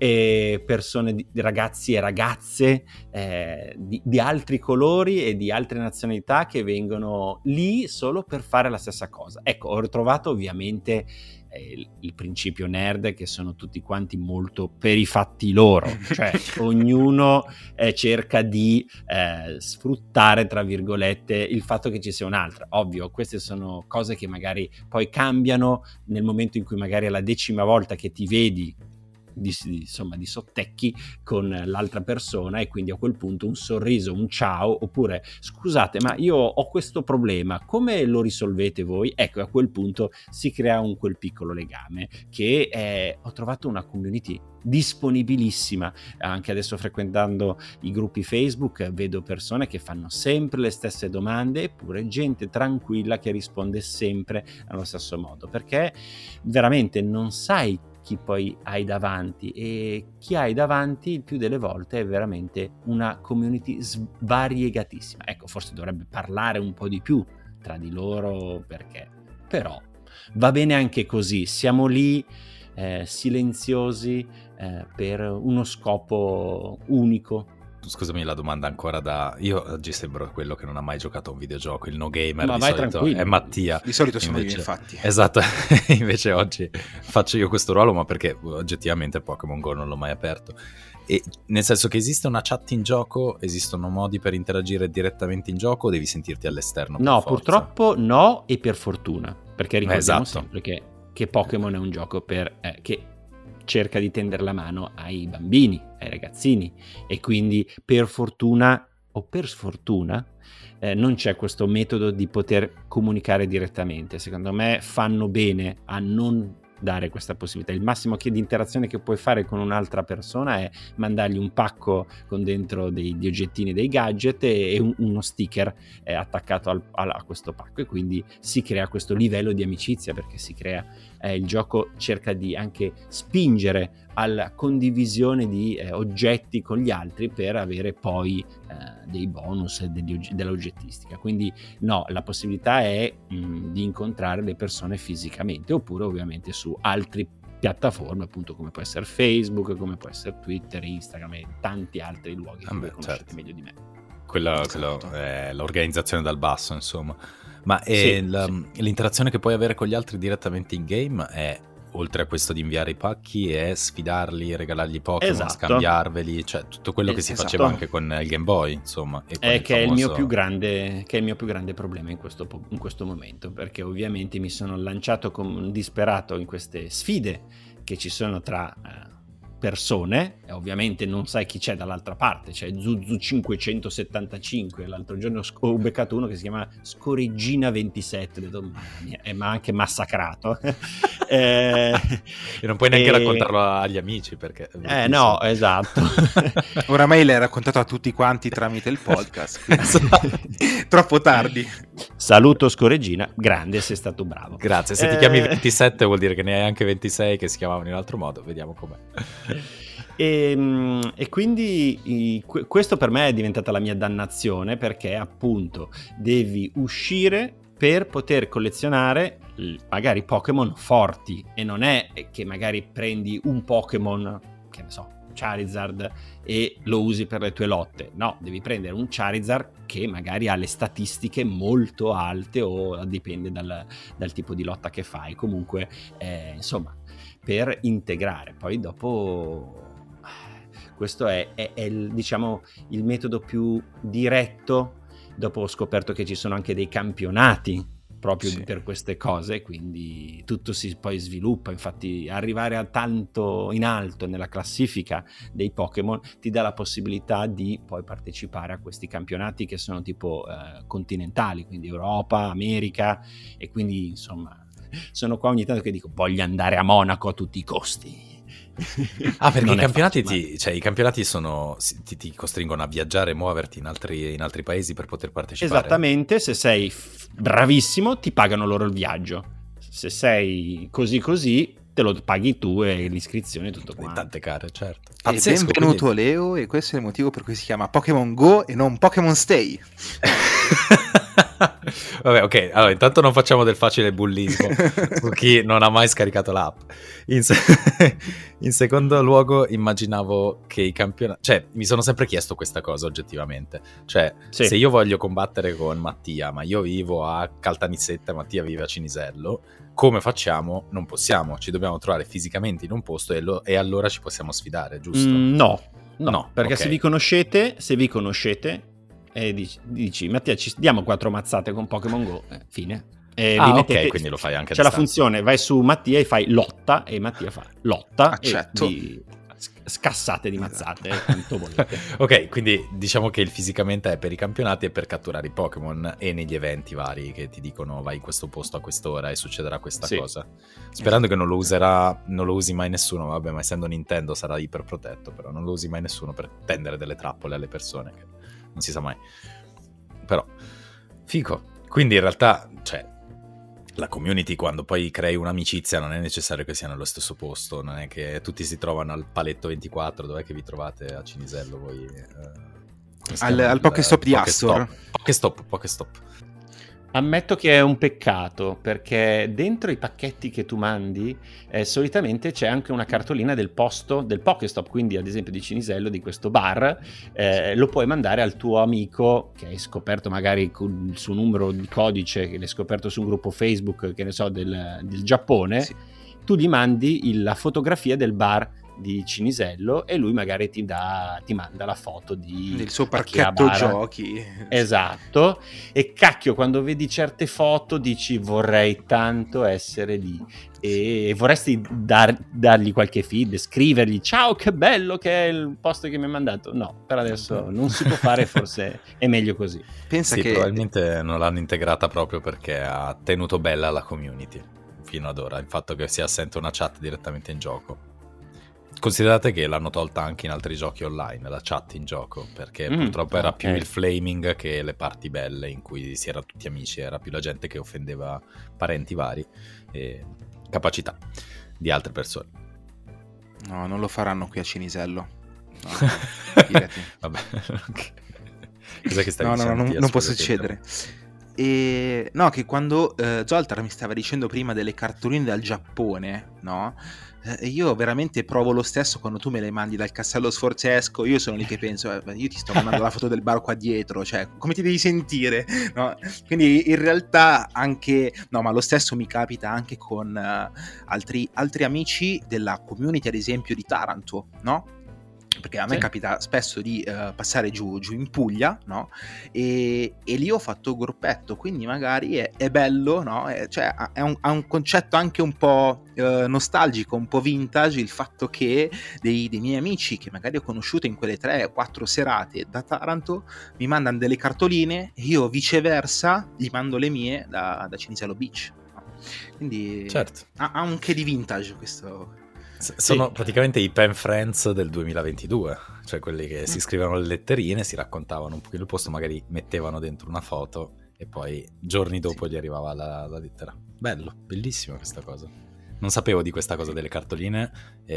e persone di, ragazzi e ragazze eh, di, di altri colori e di altre nazionalità che vengono lì solo per fare la stessa cosa. Ecco, ho ritrovato ovviamente eh, il, il principio nerd, che sono tutti quanti molto per i fatti loro, cioè ognuno eh, cerca di eh, sfruttare tra virgolette il fatto che ci sia un'altra. Ovvio, queste sono cose che magari poi cambiano nel momento in cui magari è la decima volta che ti vedi Di, di, insomma di sottecchi con l'altra persona, e quindi a quel punto un sorriso, un ciao, oppure scusate ma io ho questo problema, come lo risolvete voi? Ecco, a quel punto si crea un quel piccolo legame che è, ho trovato una community disponibilissima. Anche adesso, frequentando i gruppi Facebook, vedo persone che fanno sempre le stesse domande, eppure gente tranquilla che risponde sempre allo stesso modo, perché veramente non sai chi poi hai davanti, e chi hai davanti il più delle volte è veramente una community svariegatissima. Ecco, forse dovrebbe parlare un po' di più tra di loro, perché però va bene anche così, siamo lì eh, silenziosi eh, per uno scopo unico. Scusami la domanda ancora da... Io oggi sembro quello che non ha mai giocato a un videogioco, il no gamer. Ma di vai solito tranquillo. è Mattia. Di solito sono invece... io, infatti. Esatto, invece oggi faccio io questo ruolo, ma perché oggettivamente Pokémon Go non l'ho mai aperto. E nel senso che esiste una chat in gioco, esistono modi per interagire direttamente in gioco, o devi sentirti all'esterno? No, per purtroppo no, e per fortuna, perché ricordiamo esatto. sempre che, che Pokémon è un gioco per eh, che cerca di tendere la mano ai bambini, ai ragazzini, e quindi per fortuna o per sfortuna eh, non c'è questo metodo di poter comunicare direttamente. Secondo me fanno bene a non dare questa possibilità. Il massimo che di interazione che puoi fare con un'altra persona è mandargli un pacco con dentro dei, dei oggettini, dei gadget, e, e un, uno sticker eh, attaccato al, a, a questo pacco, e quindi si crea questo livello di amicizia, perché si crea eh, il gioco cerca di anche spingere alla condivisione di eh, oggetti con gli altri per avere poi eh, dei bonus e degli, dell'oggettistica. Quindi no, la possibilità è mh, di incontrare le persone fisicamente, oppure ovviamente su altre piattaforme, appunto come può essere Facebook, come può essere Twitter, Instagram e tanti altri luoghi che ah voi conoscete certo. meglio di me. Quella, esatto. Quello è l'organizzazione dal basso, insomma. Ma è sì, la, sì. l'interazione che puoi avere con gli altri direttamente in game è, oltre a questo di inviare i pacchi, è sfidarli, regalargli Pokémon, esatto. scambiarveli, cioè tutto quello che si esatto. faceva anche con il Game Boy, insomma. E è che, famoso... è il mio più grande, che è il mio più grande problema in questo, in questo momento, perché ovviamente mi sono lanciato come un disperato in queste sfide che ci sono tra... Eh, persone, e ovviamente non sai chi c'è dall'altra parte, c'è Zuzu cinquecentosettantacinque, l'altro giorno ho beccato uno che si chiama Scoreggina ventisette, ho detto, mamma mia, eh, ma anche massacrato. eh, e non puoi neanche e... raccontarlo agli amici perché... Eh no, esatto. Oramai l'hai raccontato a tutti quanti tramite il podcast, troppo tardi. Saluto Scoreggina, grande, sei stato bravo. Grazie, se eh... ti chiami ventisette vuol dire che ne hai anche ventisei che si chiamavano in altro modo, vediamo com'è. E, e quindi questo per me è diventata la mia dannazione, perché appunto devi uscire per poter collezionare magari Pokémon forti, e non è che magari prendi un Pokémon, che ne so, Charizard, e lo usi per le tue lotte. No, devi prendere un Charizard che magari ha le statistiche molto alte, o dipende dal, dal tipo di lotta che fai. Comunque eh, insomma, per integrare poi dopo, questo è, è, è il, diciamo, il metodo più diretto. Dopo ho scoperto che ci sono anche dei campionati proprio sì. per queste cose, quindi tutto si poi sviluppa. Infatti arrivare a tanto in alto nella classifica dei Pokémon ti dà la possibilità di poi partecipare a questi campionati che sono tipo eh, continentali, quindi Europa, America, e quindi insomma sono qua ogni tanto che dico voglio andare a Monaco a tutti i costi. Ah, perché i campionati, facile, ti, cioè, i campionati sono, ti, ti costringono a viaggiare e muoverti in altri, in altri paesi per poter partecipare. Esattamente, se sei f- bravissimo ti pagano loro il viaggio, se sei così così te lo paghi tu e l'iscrizione e tutto quanto. Tante care, certo. Pazzesco, benvenuto quindi... Leo, e questo è il motivo per cui si chiama Pokémon Go e non Pokémon Stay. Vabbè, ok, allora intanto non facciamo del facile bullismo su chi non ha mai scaricato l'app. In, se- in secondo luogo immaginavo che i campionati, cioè mi sono sempre chiesto questa cosa oggettivamente, cioè sì. se io voglio combattere con Mattia, ma io vivo a Caltanissetta e Mattia vive a Cinisello, come facciamo? Non possiamo, ci dobbiamo trovare fisicamente in un posto e, lo- e allora ci possiamo sfidare, giusto? Mm, no, no, no, perché okay. se vi conoscete, se vi conoscete e dici, dici Mattia ci diamo quattro mazzate con Pokémon Go, eh, fine. E ah vi mettete, ok, quindi lo fai anche a c'è distanza. La funzione, vai su Mattia e fai lotta, e Mattia fa lotta, accetto, e vi scassate di mazzate quanto volete. Ok, quindi diciamo che il fisicamente è per i campionati e per catturare i Pokémon e negli eventi vari che ti dicono vai in questo posto a quest'ora e succederà questa sì. cosa, sperando che non lo userà, non lo usi mai nessuno, vabbè, ma essendo Nintendo sarà iperprotetto, però non lo usi mai nessuno per tendere delle trappole alle persone, che non si sa mai. Però figo, quindi in realtà, cioè, la community, quando poi crei un'amicizia, non è necessario che sia nello stesso posto, non è che tutti si trovano al Paletto ventiquattro. Dov'è che vi trovate a Cinisello voi? Eh, al al Pokestop di Astor. Pokestop, Pokestop. Ammetto che è un peccato, perché dentro i pacchetti che tu mandi eh, solitamente c'è anche una cartolina del posto del Pokestop, quindi ad esempio di Cinisello, di questo bar, eh, lo puoi mandare al tuo amico che hai scoperto magari con il suo numero di codice, che l'hai scoperto su un gruppo Facebook, che ne so, del, del Giappone, sì. Tu gli mandi il, la fotografia del bar di Cinisello e lui magari ti dà ti manda la foto di il suo parchetto giochi, esatto, e cacchio, quando vedi certe foto dici vorrei tanto essere lì e vorresti dar, dargli qualche feed, scrivergli ciao che bello che è il posto che mi hai mandato. No, per adesso non si può fare, forse è meglio così. Pensa sì, che probabilmente non l'hanno integrata proprio perché ha tenuto bella la community fino ad ora, il fatto che sia assente una chat direttamente in gioco. Considerate che l'hanno tolta anche in altri giochi online, la chat in gioco, perché mm, purtroppo era okay. più il flaming che le parti belle in cui si era tutti amici, era più la gente che offendeva parenti vari e capacità di altre persone. No, non lo faranno qui a Cinisello. No, vabbè. Cos'è che stai no, dicendo? No, no, non, non può succedere. E no, che quando eh, Zoltar mi stava dicendo prima delle cartoline dal Giappone, no? E io veramente provo lo stesso quando tu me le mandi dal castello sforzesco. Io sono lì che penso, eh, io ti sto mandando la foto del bar qua dietro, cioè come ti devi sentire, no? Quindi in realtà anche, no, ma lo stesso mi capita anche con uh, altri, altri amici della community, ad esempio di Taranto, no? perché a me Sì. capita spesso di uh, passare giù, giù in Puglia, no? E, e lì ho fatto gruppetto, quindi magari è, è bello, no? È, cioè, è un, ha un concetto anche un po' uh, nostalgico, un po' vintage, il fatto che dei, dei miei amici che magari ho conosciuto in quelle tre o quattro serate da Taranto mi mandano delle cartoline e io viceversa gli mando le mie da, da Cinisello Beach, no? Quindi certo. ha, ha un che di vintage questo. Sono Sì. praticamente i pen friends del duemilaventidue, cioè quelli che si scrivevano le letterine, si raccontavano un pochino il posto, magari mettevano dentro una foto e poi giorni dopo sì. gli arrivava la, la lettera. Bello, bellissima questa cosa. Non sapevo di questa cosa delle cartoline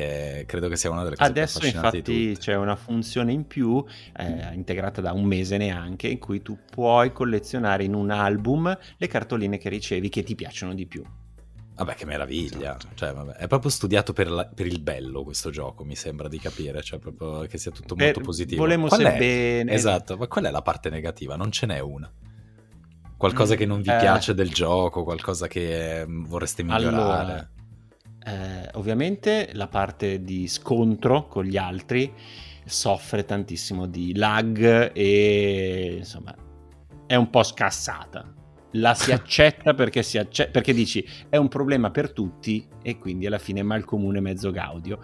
e credo che sia una delle cose adesso più affascinanti infatti di tutte. C'è una funzione in più eh, integrata da un mese neanche, in cui tu puoi collezionare in un album le cartoline che ricevi che ti piacciono di più. Vabbè, che meraviglia, cioè, vabbè, è proprio studiato per, la, per il bello questo gioco, mi sembra di capire, cioè proprio che sia tutto per, molto positivo. Volemo qual se è? bene. Esatto, ma qual è la parte negativa? Non ce n'è una. Qualcosa mm, che non vi eh, piace del gioco, qualcosa che vorreste migliorare? Allora, eh, ovviamente la parte di scontro con gli altri soffre tantissimo di lag e insomma è un po' scassata. La si accetta perché si accetta, perché dici è un problema per tutti e quindi alla fine mal comune mezzo gaudio,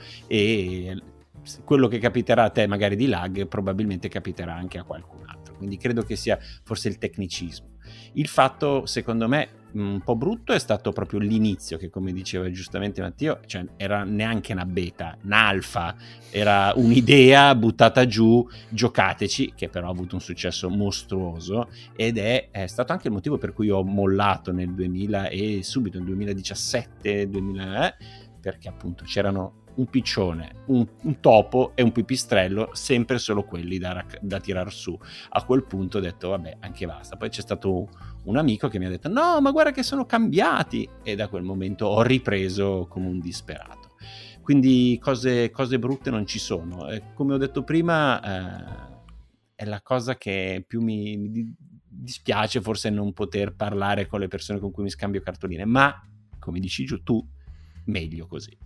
e quello che capiterà a te magari di lag probabilmente capiterà anche a qualcun altro, quindi credo che sia forse il tecnicismo. Il fatto secondo me un po' brutto è stato proprio l'inizio, che come diceva giustamente Matteo, cioè era neanche una beta, un'alfa, era un'idea buttata giù, giocateci, che però ha avuto un successo mostruoso ed è, è stato anche il motivo per cui ho mollato nel duemila e subito nel duemiladiciassette duemila, eh, perché appunto c'erano un piccione, un, un topo e un pipistrello, sempre solo quelli da, da tirar su. A quel punto ho detto vabbè, anche basta. Poi c'è stato un amico che mi ha detto no, ma guarda che sono cambiati, e da quel momento ho ripreso come un disperato. Quindi cose, cose brutte non ci sono. E come ho detto prima, eh, è la cosa che più mi, mi dispiace, forse non poter parlare con le persone con cui mi scambio cartoline, ma come dici giù tu, meglio così.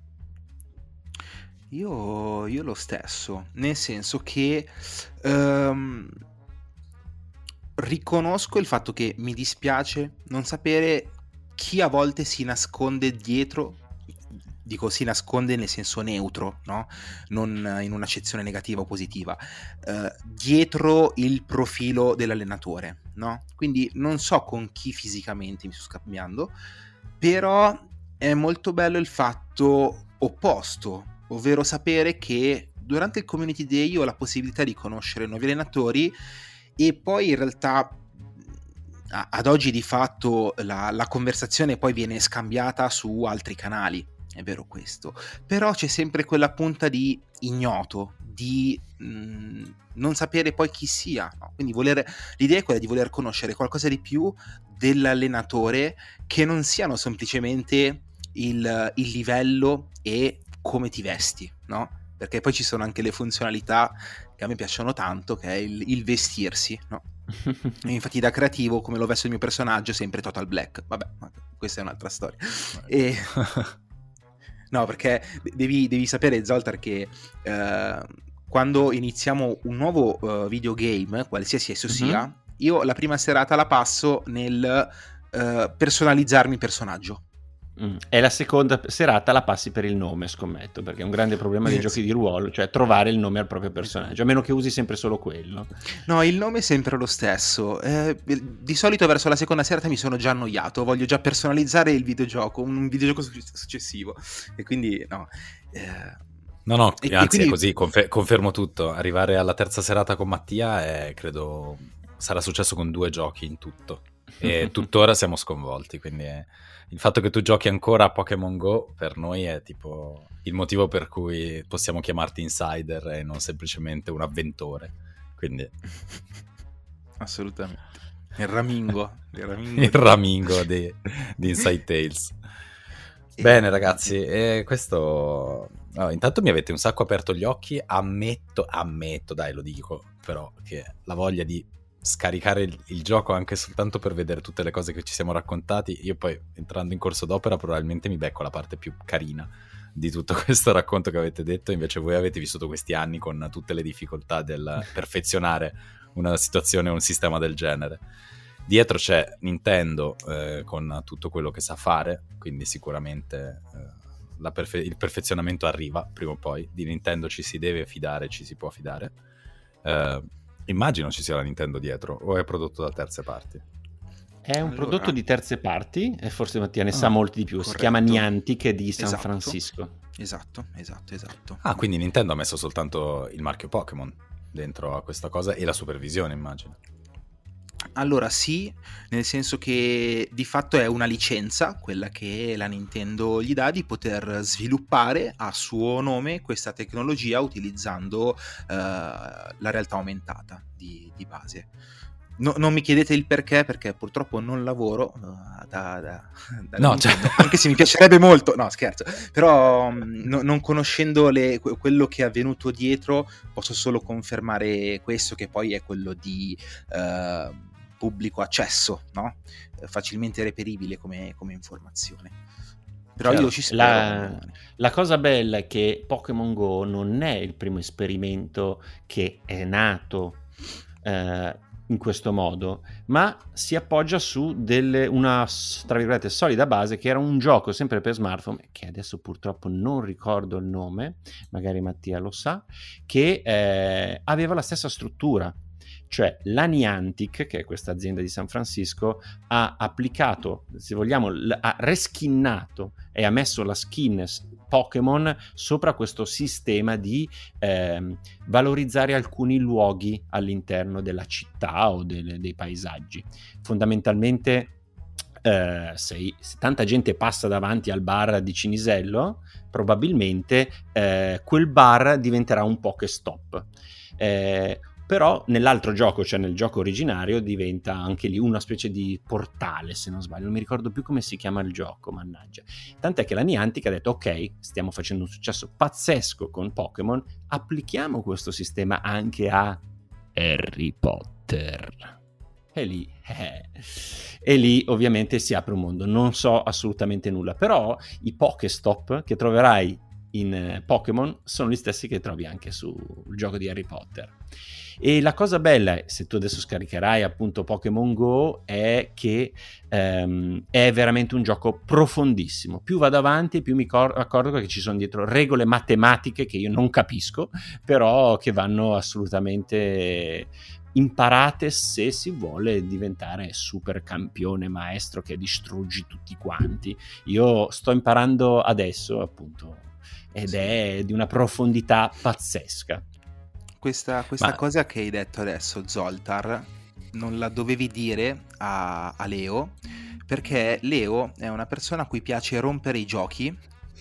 Io, io lo stesso, nel senso che um, riconosco il fatto che mi dispiace non sapere chi a volte si nasconde dietro, dico si nasconde nel senso neutro, no? Non in un'accezione negativa o positiva, uh, dietro il profilo dell'allenatore, no? Quindi non so con chi fisicamente mi sto scambiando, però è molto bello il fatto opposto, ovvero sapere che durante il Community Day io ho la possibilità di conoscere nuovi allenatori e poi in realtà ad oggi di fatto la, la conversazione poi viene scambiata su altri canali, è vero questo, però c'è sempre quella punta di ignoto, di mh, non sapere poi chi sia, no? Quindi voler, l'idea è quella di voler conoscere qualcosa di più dell'allenatore, che non siano semplicemente il, il livello e come ti vesti, no? Perché poi ci sono anche le funzionalità che a me piacciono tanto, che è il, il vestirsi, no? E infatti da creativo, come lo vesto il mio personaggio, sempre Total Black. Vabbè, questa è un'altra storia. E... no, perché devi, devi sapere, Zoltar, che eh, quando iniziamo un nuovo uh, videogame, qualsiasi esso mm-hmm. sia, io la prima serata la passo nel uh, personalizzarmi il personaggio. Mm. E la seconda serata la passi per il nome, scommetto, perché è un grande problema dei giochi di ruolo, cioè trovare il nome al proprio personaggio, a meno che usi sempre solo quello. No, il nome è sempre lo stesso. Eh, di solito verso la seconda serata mi sono già annoiato, voglio già personalizzare il videogioco, un videogioco successivo, e quindi no. Eh... No, no, e, anzi e quindi... è così, confer- confermo tutto. Arrivare alla terza serata con Mattia è, credo, sarà successo con due giochi in tutto. E tuttora siamo sconvolti, quindi è... il fatto che tu giochi ancora a Pokémon Go per noi è tipo il motivo per cui possiamo chiamarti insider e non semplicemente un avventore, quindi assolutamente il ramingo il ramingo, il ramingo di, di Inside Tales. E... bene ragazzi, e questo no, intanto mi avete un sacco aperto gli occhi. Ammetto, ammetto, dai, lo dico, però, che la voglia di scaricare il, il gioco anche soltanto per vedere tutte le cose che ci siamo raccontati, io poi entrando in corso d'opera probabilmente mi becco la parte più carina di tutto questo racconto che avete detto, invece voi avete vissuto questi anni con tutte le difficoltà del perfezionare una situazione, un sistema del genere. Dietro c'è Nintendo eh, con tutto quello che sa fare, quindi sicuramente eh, la perfe- il perfezionamento arriva prima o poi. Di Nintendo ci si deve fidare, ci si può fidare. Eh, immagino ci sia la Nintendo dietro, o è prodotto da terze parti? È un Allora, prodotto di terze parti, e forse Mattia ne Ah, sa molti di più. Si chiama corretto. Niantic di San Esatto. Francisco. Esatto, esatto, esatto. Ah, quindi Nintendo ha messo soltanto il marchio Pokémon dentro a questa cosa e la supervisione, immagino. Allora sì, nel senso che di fatto è una licenza, quella che la Nintendo gli dà, di poter sviluppare a suo nome questa tecnologia utilizzando eh, la realtà aumentata di, di base. No, non mi chiedete il perché, perché purtroppo non lavoro uh, da, da, da No, Nintendo, cioè- anche se mi piacerebbe molto, no scherzo, però mh, no- non conoscendo le- que- quello che è avvenuto dietro posso solo confermare questo, che poi è quello di eh, pubblico accesso, no? Eh, facilmente reperibile come, come informazione. Però Chiaro. io ci spero. La, la cosa bella è che Pokémon Go non è il primo esperimento che è nato eh, in questo modo, ma si appoggia su delle, una, tra virgolette, solida base, che era un gioco sempre per smartphone, che adesso purtroppo non ricordo il nome, magari Mattia lo sa, che eh, aveva la stessa struttura. Cioè la Niantic, che è questa azienda di San Francisco, ha applicato, se vogliamo, l- ha reskinnato e ha messo la skin s- Pokémon sopra questo sistema di ehm, valorizzare alcuni luoghi all'interno della città o del- dei paesaggi. Fondamentalmente, eh, se, se tanta gente passa davanti al bar di Cinisello, probabilmente eh, quel bar diventerà un Pokéstop. Eh, però nell'altro gioco, cioè nel gioco originario, diventa anche lì una specie di portale, se non sbaglio, non mi ricordo più come si chiama il gioco, mannaggia. Tant'è che la Niantic ha detto ok, stiamo facendo un successo pazzesco con Pokémon, applichiamo questo sistema anche a Harry Potter. E lì, eh, e lì ovviamente si apre un mondo. Non so assolutamente nulla, però i Pokéstop che troverai in eh, Pokémon sono gli stessi che trovi anche sul gioco di Harry Potter. E la cosa bella, se tu adesso scaricherai appunto Pokémon Go, è che ehm, è veramente un gioco profondissimo. Più vado avanti, più mi cor- accorgo che ci sono dietro regole matematiche che io non capisco, però che vanno assolutamente imparate se si vuole diventare super campione maestro che distruggi tutti quanti. Io sto imparando adesso, appunto, ed Sì. è di una profondità pazzesca. Questa, questa Ma- cosa che hai detto adesso, Zoltar, non la dovevi dire a, a Leo, perché Leo è una persona a cui piace rompere i giochi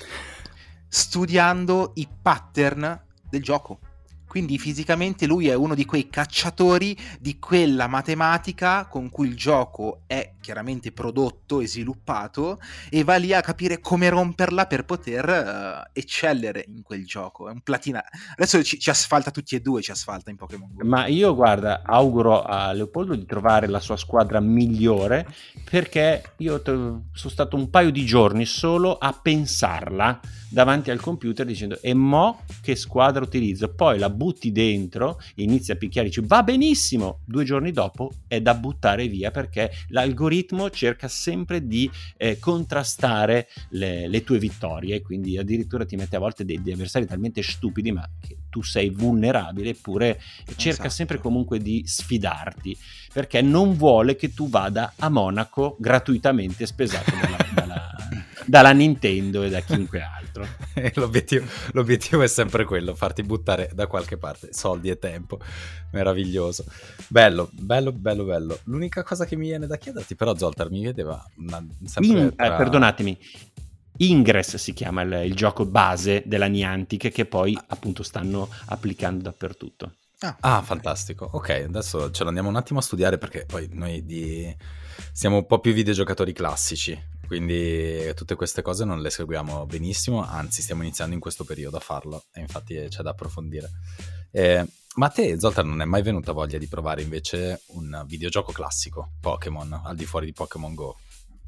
studiando i pattern del gioco. Quindi fisicamente lui è uno di quei cacciatori di quella matematica con cui il gioco è chiaramente prodotto e sviluppato, e va lì a capire come romperla per poter uh, eccellere in quel gioco. È un platina. Adesso ci, ci asfalta tutti e due, ci asfalta in Pokémon Go. Ma io, guarda, auguro a Leopoldo di trovare la sua squadra migliore, perché io te- sono stato un paio di giorni solo a pensarla davanti al computer dicendo e mo che squadra utilizzo? Poi la butti dentro, inizi a picchiare, dici va benissimo, due giorni dopo è da buttare via, perché l'algoritmo cerca sempre di eh, contrastare le, le tue vittorie, quindi addirittura ti mette a volte degli avversari talmente stupidi ma che tu sei vulnerabile, eppure cerca Esatto. sempre comunque di sfidarti, perché non vuole che tu vada a Monaco gratuitamente spesato dalla, dalla, dalla Nintendo e da chiunque altro. l'obiettivo, l'obiettivo è sempre quello, farti buttare da qualche parte soldi e tempo. Meraviglioso, bello, bello, bello, bello. L'unica cosa che mi viene da chiederti, però, Zoltar, mi vedeva una, sempre In, tra... eh, perdonatemi, Ingress si chiama il, il gioco base della Niantic, che poi appunto stanno applicando dappertutto. Ah, Ah, fantastico. Ok, adesso ce lo andiamo un attimo a studiare, perché poi noi di... siamo un po' più videogiocatori classici, quindi tutte queste cose non le seguiamo benissimo, anzi stiamo iniziando in questo periodo a farlo, e infatti c'è da approfondire. Eh, ma a te, Zoltan, non è mai venuta voglia di provare invece un videogioco classico, Pokémon, al di fuori di Pokémon Go?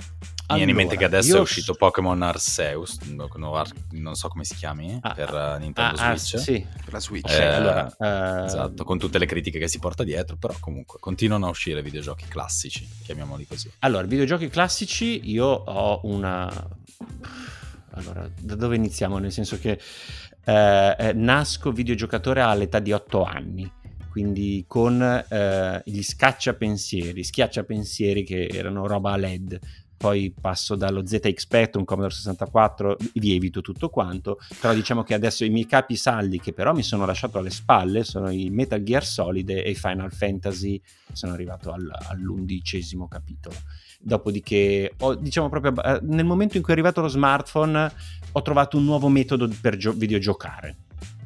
Mi viene in mente che adesso io è uscito Pokémon Arceus, no- no- Ar- non so come si chiami, Ah, per uh, Nintendo ah, ah, Switch. sì. Per la Switch. Ok, Eh, allora, eh, Esatto, con tutte le critiche che si porta dietro, però comunque continuano a uscire videogiochi classici, chiamiamoli così. Allora, videogiochi classici, io ho una... Allora, da dove iniziamo? Nel senso che eh, eh, nasco videogiocatore all'età di otto anni, quindi con eh, gli scacciapensieri, schiacciapensieri che erano roba a L E D. Poi passo dallo Z X Spectrum, Commodore sessantaquattro, vi evito tutto quanto, però diciamo che adesso i miei capi saldi che però mi sono lasciato alle spalle sono i Metal Gear Solid e i Final Fantasy, sono arrivato al, all'undicesimo capitolo. Dopodiché, ho, diciamo proprio nel momento in cui è arrivato lo smartphone, ho trovato un nuovo metodo per gio- videogiocare.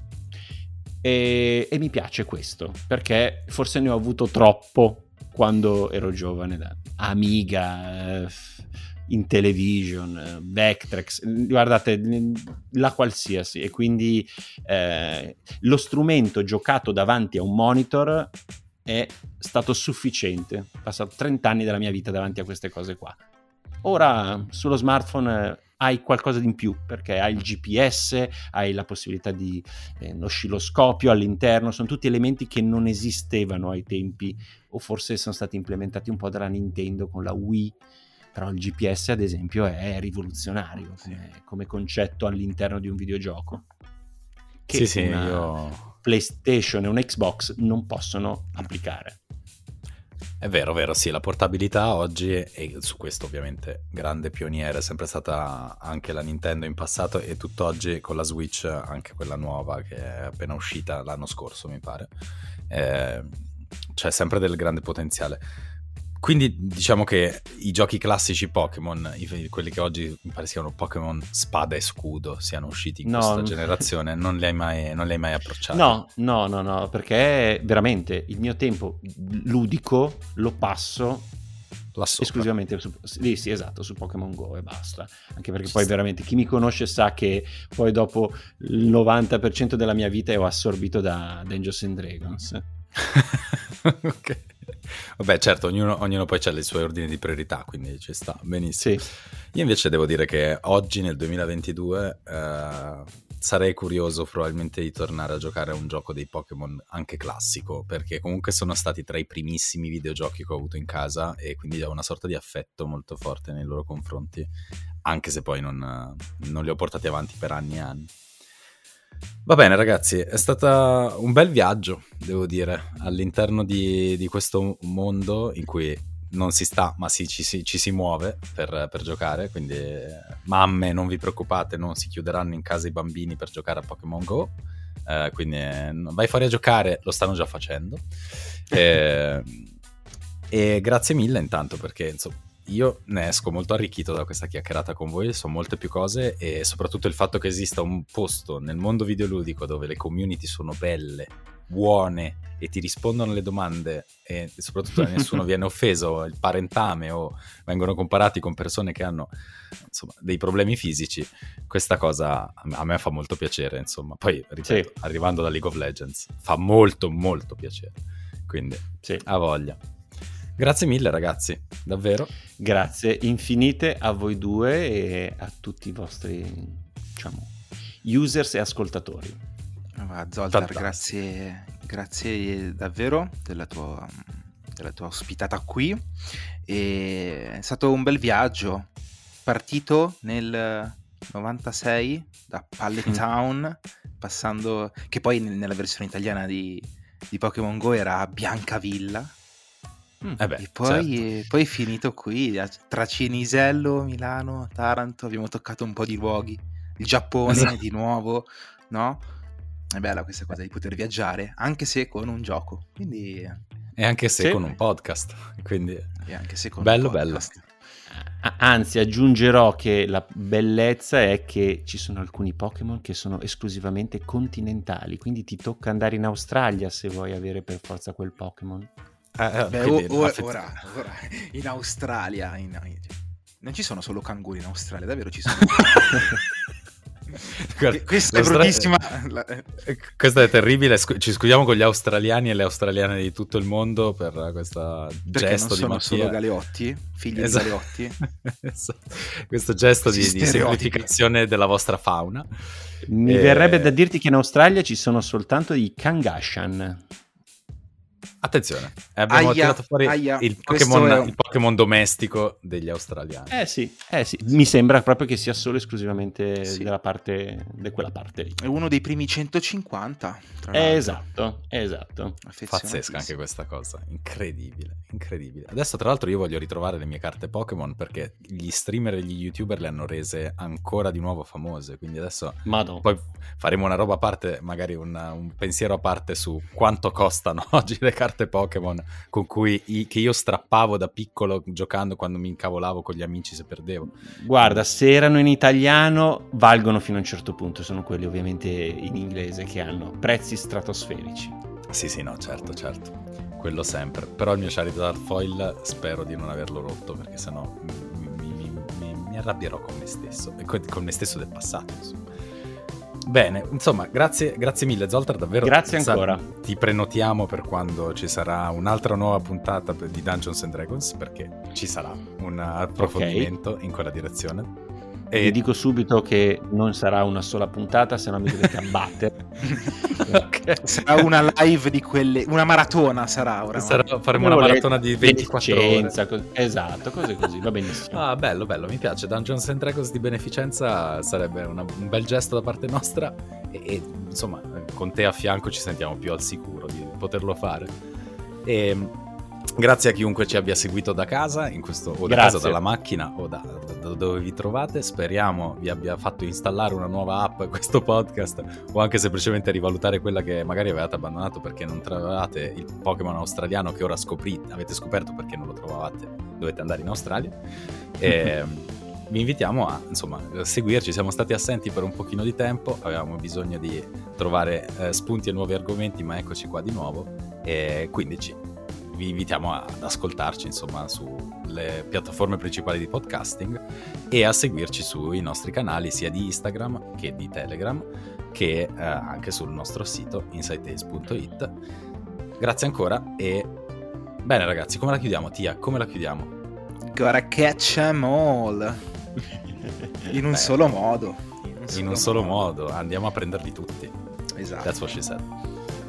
E, e mi piace questo, perché forse ne ho avuto troppo quando ero giovane, da Amiga, eh, Intellivision, eh, Vectrex, guardate, la qualsiasi, e quindi eh, lo strumento giocato davanti a un monitor è stato sufficiente. Ho passato trenta anni della mia vita davanti a queste cose qua. Ora sullo smartphone eh, hai qualcosa di in più, perché hai il G P S, hai la possibilità di eh, un oscilloscopio all'interno, sono tutti elementi che non esistevano ai tempi, o forse sono stati implementati un po' dalla Nintendo con la Wii, però il G P S ad esempio è rivoluzionario come, come concetto all'interno di un videogioco, che Sì, sì, una io... PlayStation e un Xbox non possono applicare. È vero, vero, sì, la portabilità oggi, e su questo ovviamente grande pioniere è sempre stata anche la Nintendo in passato, e tutt'oggi con la Switch, anche quella nuova che è appena uscita l'anno scorso mi pare, eh, c'è sempre del grande potenziale. Quindi diciamo che i giochi classici Pokémon, i- quelli che oggi mi pare siano Pokémon Spada e Scudo, siano usciti in No. questa generazione, non li hai mai, non li hai mai approcciati? No, no, no, no, perché veramente il mio tempo ludico lo passo Là sopra. esclusivamente su, sì, sì, esatto, su Pokémon Go e basta. Anche perché Ci poi sta. veramente chi mi conosce sa che poi dopo il novanta per cento della mia vita è assorbito da Dungeons and Dragons. Ok. Vabbè, certo, ognuno, ognuno poi ha i suoi ordini di priorità, quindi ci sta benissimo. Sì. Io invece devo dire che oggi nel duemilaventidue eh, sarei curioso probabilmente di tornare a giocare a un gioco dei Pokémon anche classico, perché comunque sono stati tra i primissimi videogiochi che ho avuto in casa, e quindi ho una sorta di affetto molto forte nei loro confronti, anche se poi non, non li ho portati avanti per anni e anni. Va bene ragazzi, è stato un bel viaggio, devo dire, all'interno di, di questo mondo in cui non si sta, ma si, ci, si, ci si muove per, per giocare, quindi eh, mamme non vi preoccupate, non si chiuderanno in casa i bambini per giocare a Pokémon Go, eh, quindi eh, vai fuori a giocare, lo stanno già facendo. E, e grazie mille intanto, perché insomma io ne esco molto arricchito da questa chiacchierata con voi, sono molte più cose, e soprattutto il fatto che esista un posto nel mondo videoludico dove le community sono belle, buone e ti rispondono alle domande, e soprattutto nessuno viene offeso, il parentame, o vengono comparati con persone che hanno insomma dei problemi fisici. Questa cosa a me fa molto piacere, insomma. Poi ripeto, sì, arrivando da League of Legends fa molto molto piacere, quindi sì, a voglia. Grazie mille ragazzi, davvero. Grazie infinite a voi due e a tutti i vostri, diciamo, users e ascoltatori. Ah, Zoltar, grazie, grazie davvero della tua, della tua ospitata qui. E è stato un bel viaggio, partito nel novantasei da Pallet Town, passando, che poi nella versione italiana di, di Pokémon Go era Biancavilla. Mm, eh beh, e poi, certo. poi è finito qui tra Cinisello, Milano, Taranto, abbiamo toccato un po' di luoghi, il Giappone esatto. Di nuovo, no? È bella questa cosa di poter viaggiare, anche se con un gioco, quindi... e anche se sì. con un podcast, quindi e anche se con bello un podcast. bello. Anzi, aggiungerò che la bellezza è che ci sono alcuni Pokémon che sono esclusivamente continentali, quindi ti tocca andare in Australia se vuoi avere per forza quel Pokémon. Eh, Beh, o, o, affett- ora, ora in Australia in, in, non ci sono solo canguri in Australia, davvero ci sono. Guarda, questa è l'Austra- bruttissima. Questa è terribile. Scu- ci scusiamo con gli australiani e le australiane di tutto il mondo per questo Perché gesto non di sono Mattia. solo Galeotti, figli Esatto. di Galeotti. Esatto. Questo gesto di, Questi di stereotipi. semplificazione della vostra fauna. Mi Eh, verrebbe da dirti che in Australia ci sono soltanto i Kangaskhan. Attenzione, abbiamo Aia, tirato fuori aia, il questo Pokémon, è un- il Pokémon domestico degli australiani. Eh sì, eh sì, mi sembra proprio che sia solo esclusivamente Sì. della parte, di quella parte lì. È uno dei primi centocinquanta. Tra Eh, l'altro. esatto, esatto. Affezionatissimo. Pazzesca anche questa cosa, incredibile, incredibile. Adesso tra l'altro io voglio ritrovare le mie carte Pokémon perché gli streamer e gli youtuber le hanno rese ancora di nuovo famose, quindi adesso Madonna. poi faremo una roba a parte, magari una- un pensiero a parte su quanto costano oggi le carte Pokémon con cui i- che io strappavo da piccolo giocando quando mi incavolavo con gli amici se perdevo. Guarda, se erano in italiano valgono fino a un certo punto, sono quelli ovviamente in inglese che hanno prezzi stratosferici. Sì, sì, no, certo, certo. Quello sempre. Però il mio Charizard Foil spero di non averlo rotto perché sennò mi, mi, mi, mi, mi arrabbierò con me stesso e con, con me stesso del passato, insomma. Bene, insomma, grazie, grazie mille Zoltar, davvero. Grazie sa- ancora. Ti prenotiamo per quando ci sarà un'altra nuova puntata per- di Dungeons and Dragons, perché ci sarà un approfondimento in quella direzione. E E dico subito che non sarà una sola puntata, se no mi dovete abbattere. Ok. Sarà una live di quelle, una maratona sarà ora. Sarà- faremo Come una volete, maratona di ventiquattro ore. beneficenza, co- esatto, cose così, va benissimo. Ah, bello, bello, mi piace. Dungeons and Dragons di beneficenza sarebbe una- un bel gesto da parte nostra e, e, insomma, con te a fianco ci sentiamo più al sicuro di poterlo fare. E grazie a chiunque ci abbia seguito da casa, in questo, o da Grazie. casa, dalla macchina o da, da- da dove vi trovate. Speriamo vi abbia fatto installare una nuova app questo podcast o anche semplicemente rivalutare quella che magari avevate abbandonato perché non trovavate il Pokémon australiano che ora scoprite, avete scoperto perché non lo trovavate, dovete andare in Australia. E vi invitiamo a, insomma, seguirci. Siamo stati assenti per un pochino di tempo, avevamo bisogno di trovare eh, spunti e nuovi argomenti, ma eccoci qua di nuovo e quindi ci vi invitiamo ad ascoltarci, insomma, sulle piattaforme principali di podcasting e a seguirci sui nostri canali sia di Instagram che di Telegram che eh, anche sul nostro sito inside tales punto it. Grazie ancora e bene ragazzi, come la chiudiamo? Tia, come la chiudiamo? Gotta catch 'em all. In un Beh, solo modo. In un solo modo, andiamo a prenderli tutti. Esatto. That's what she said.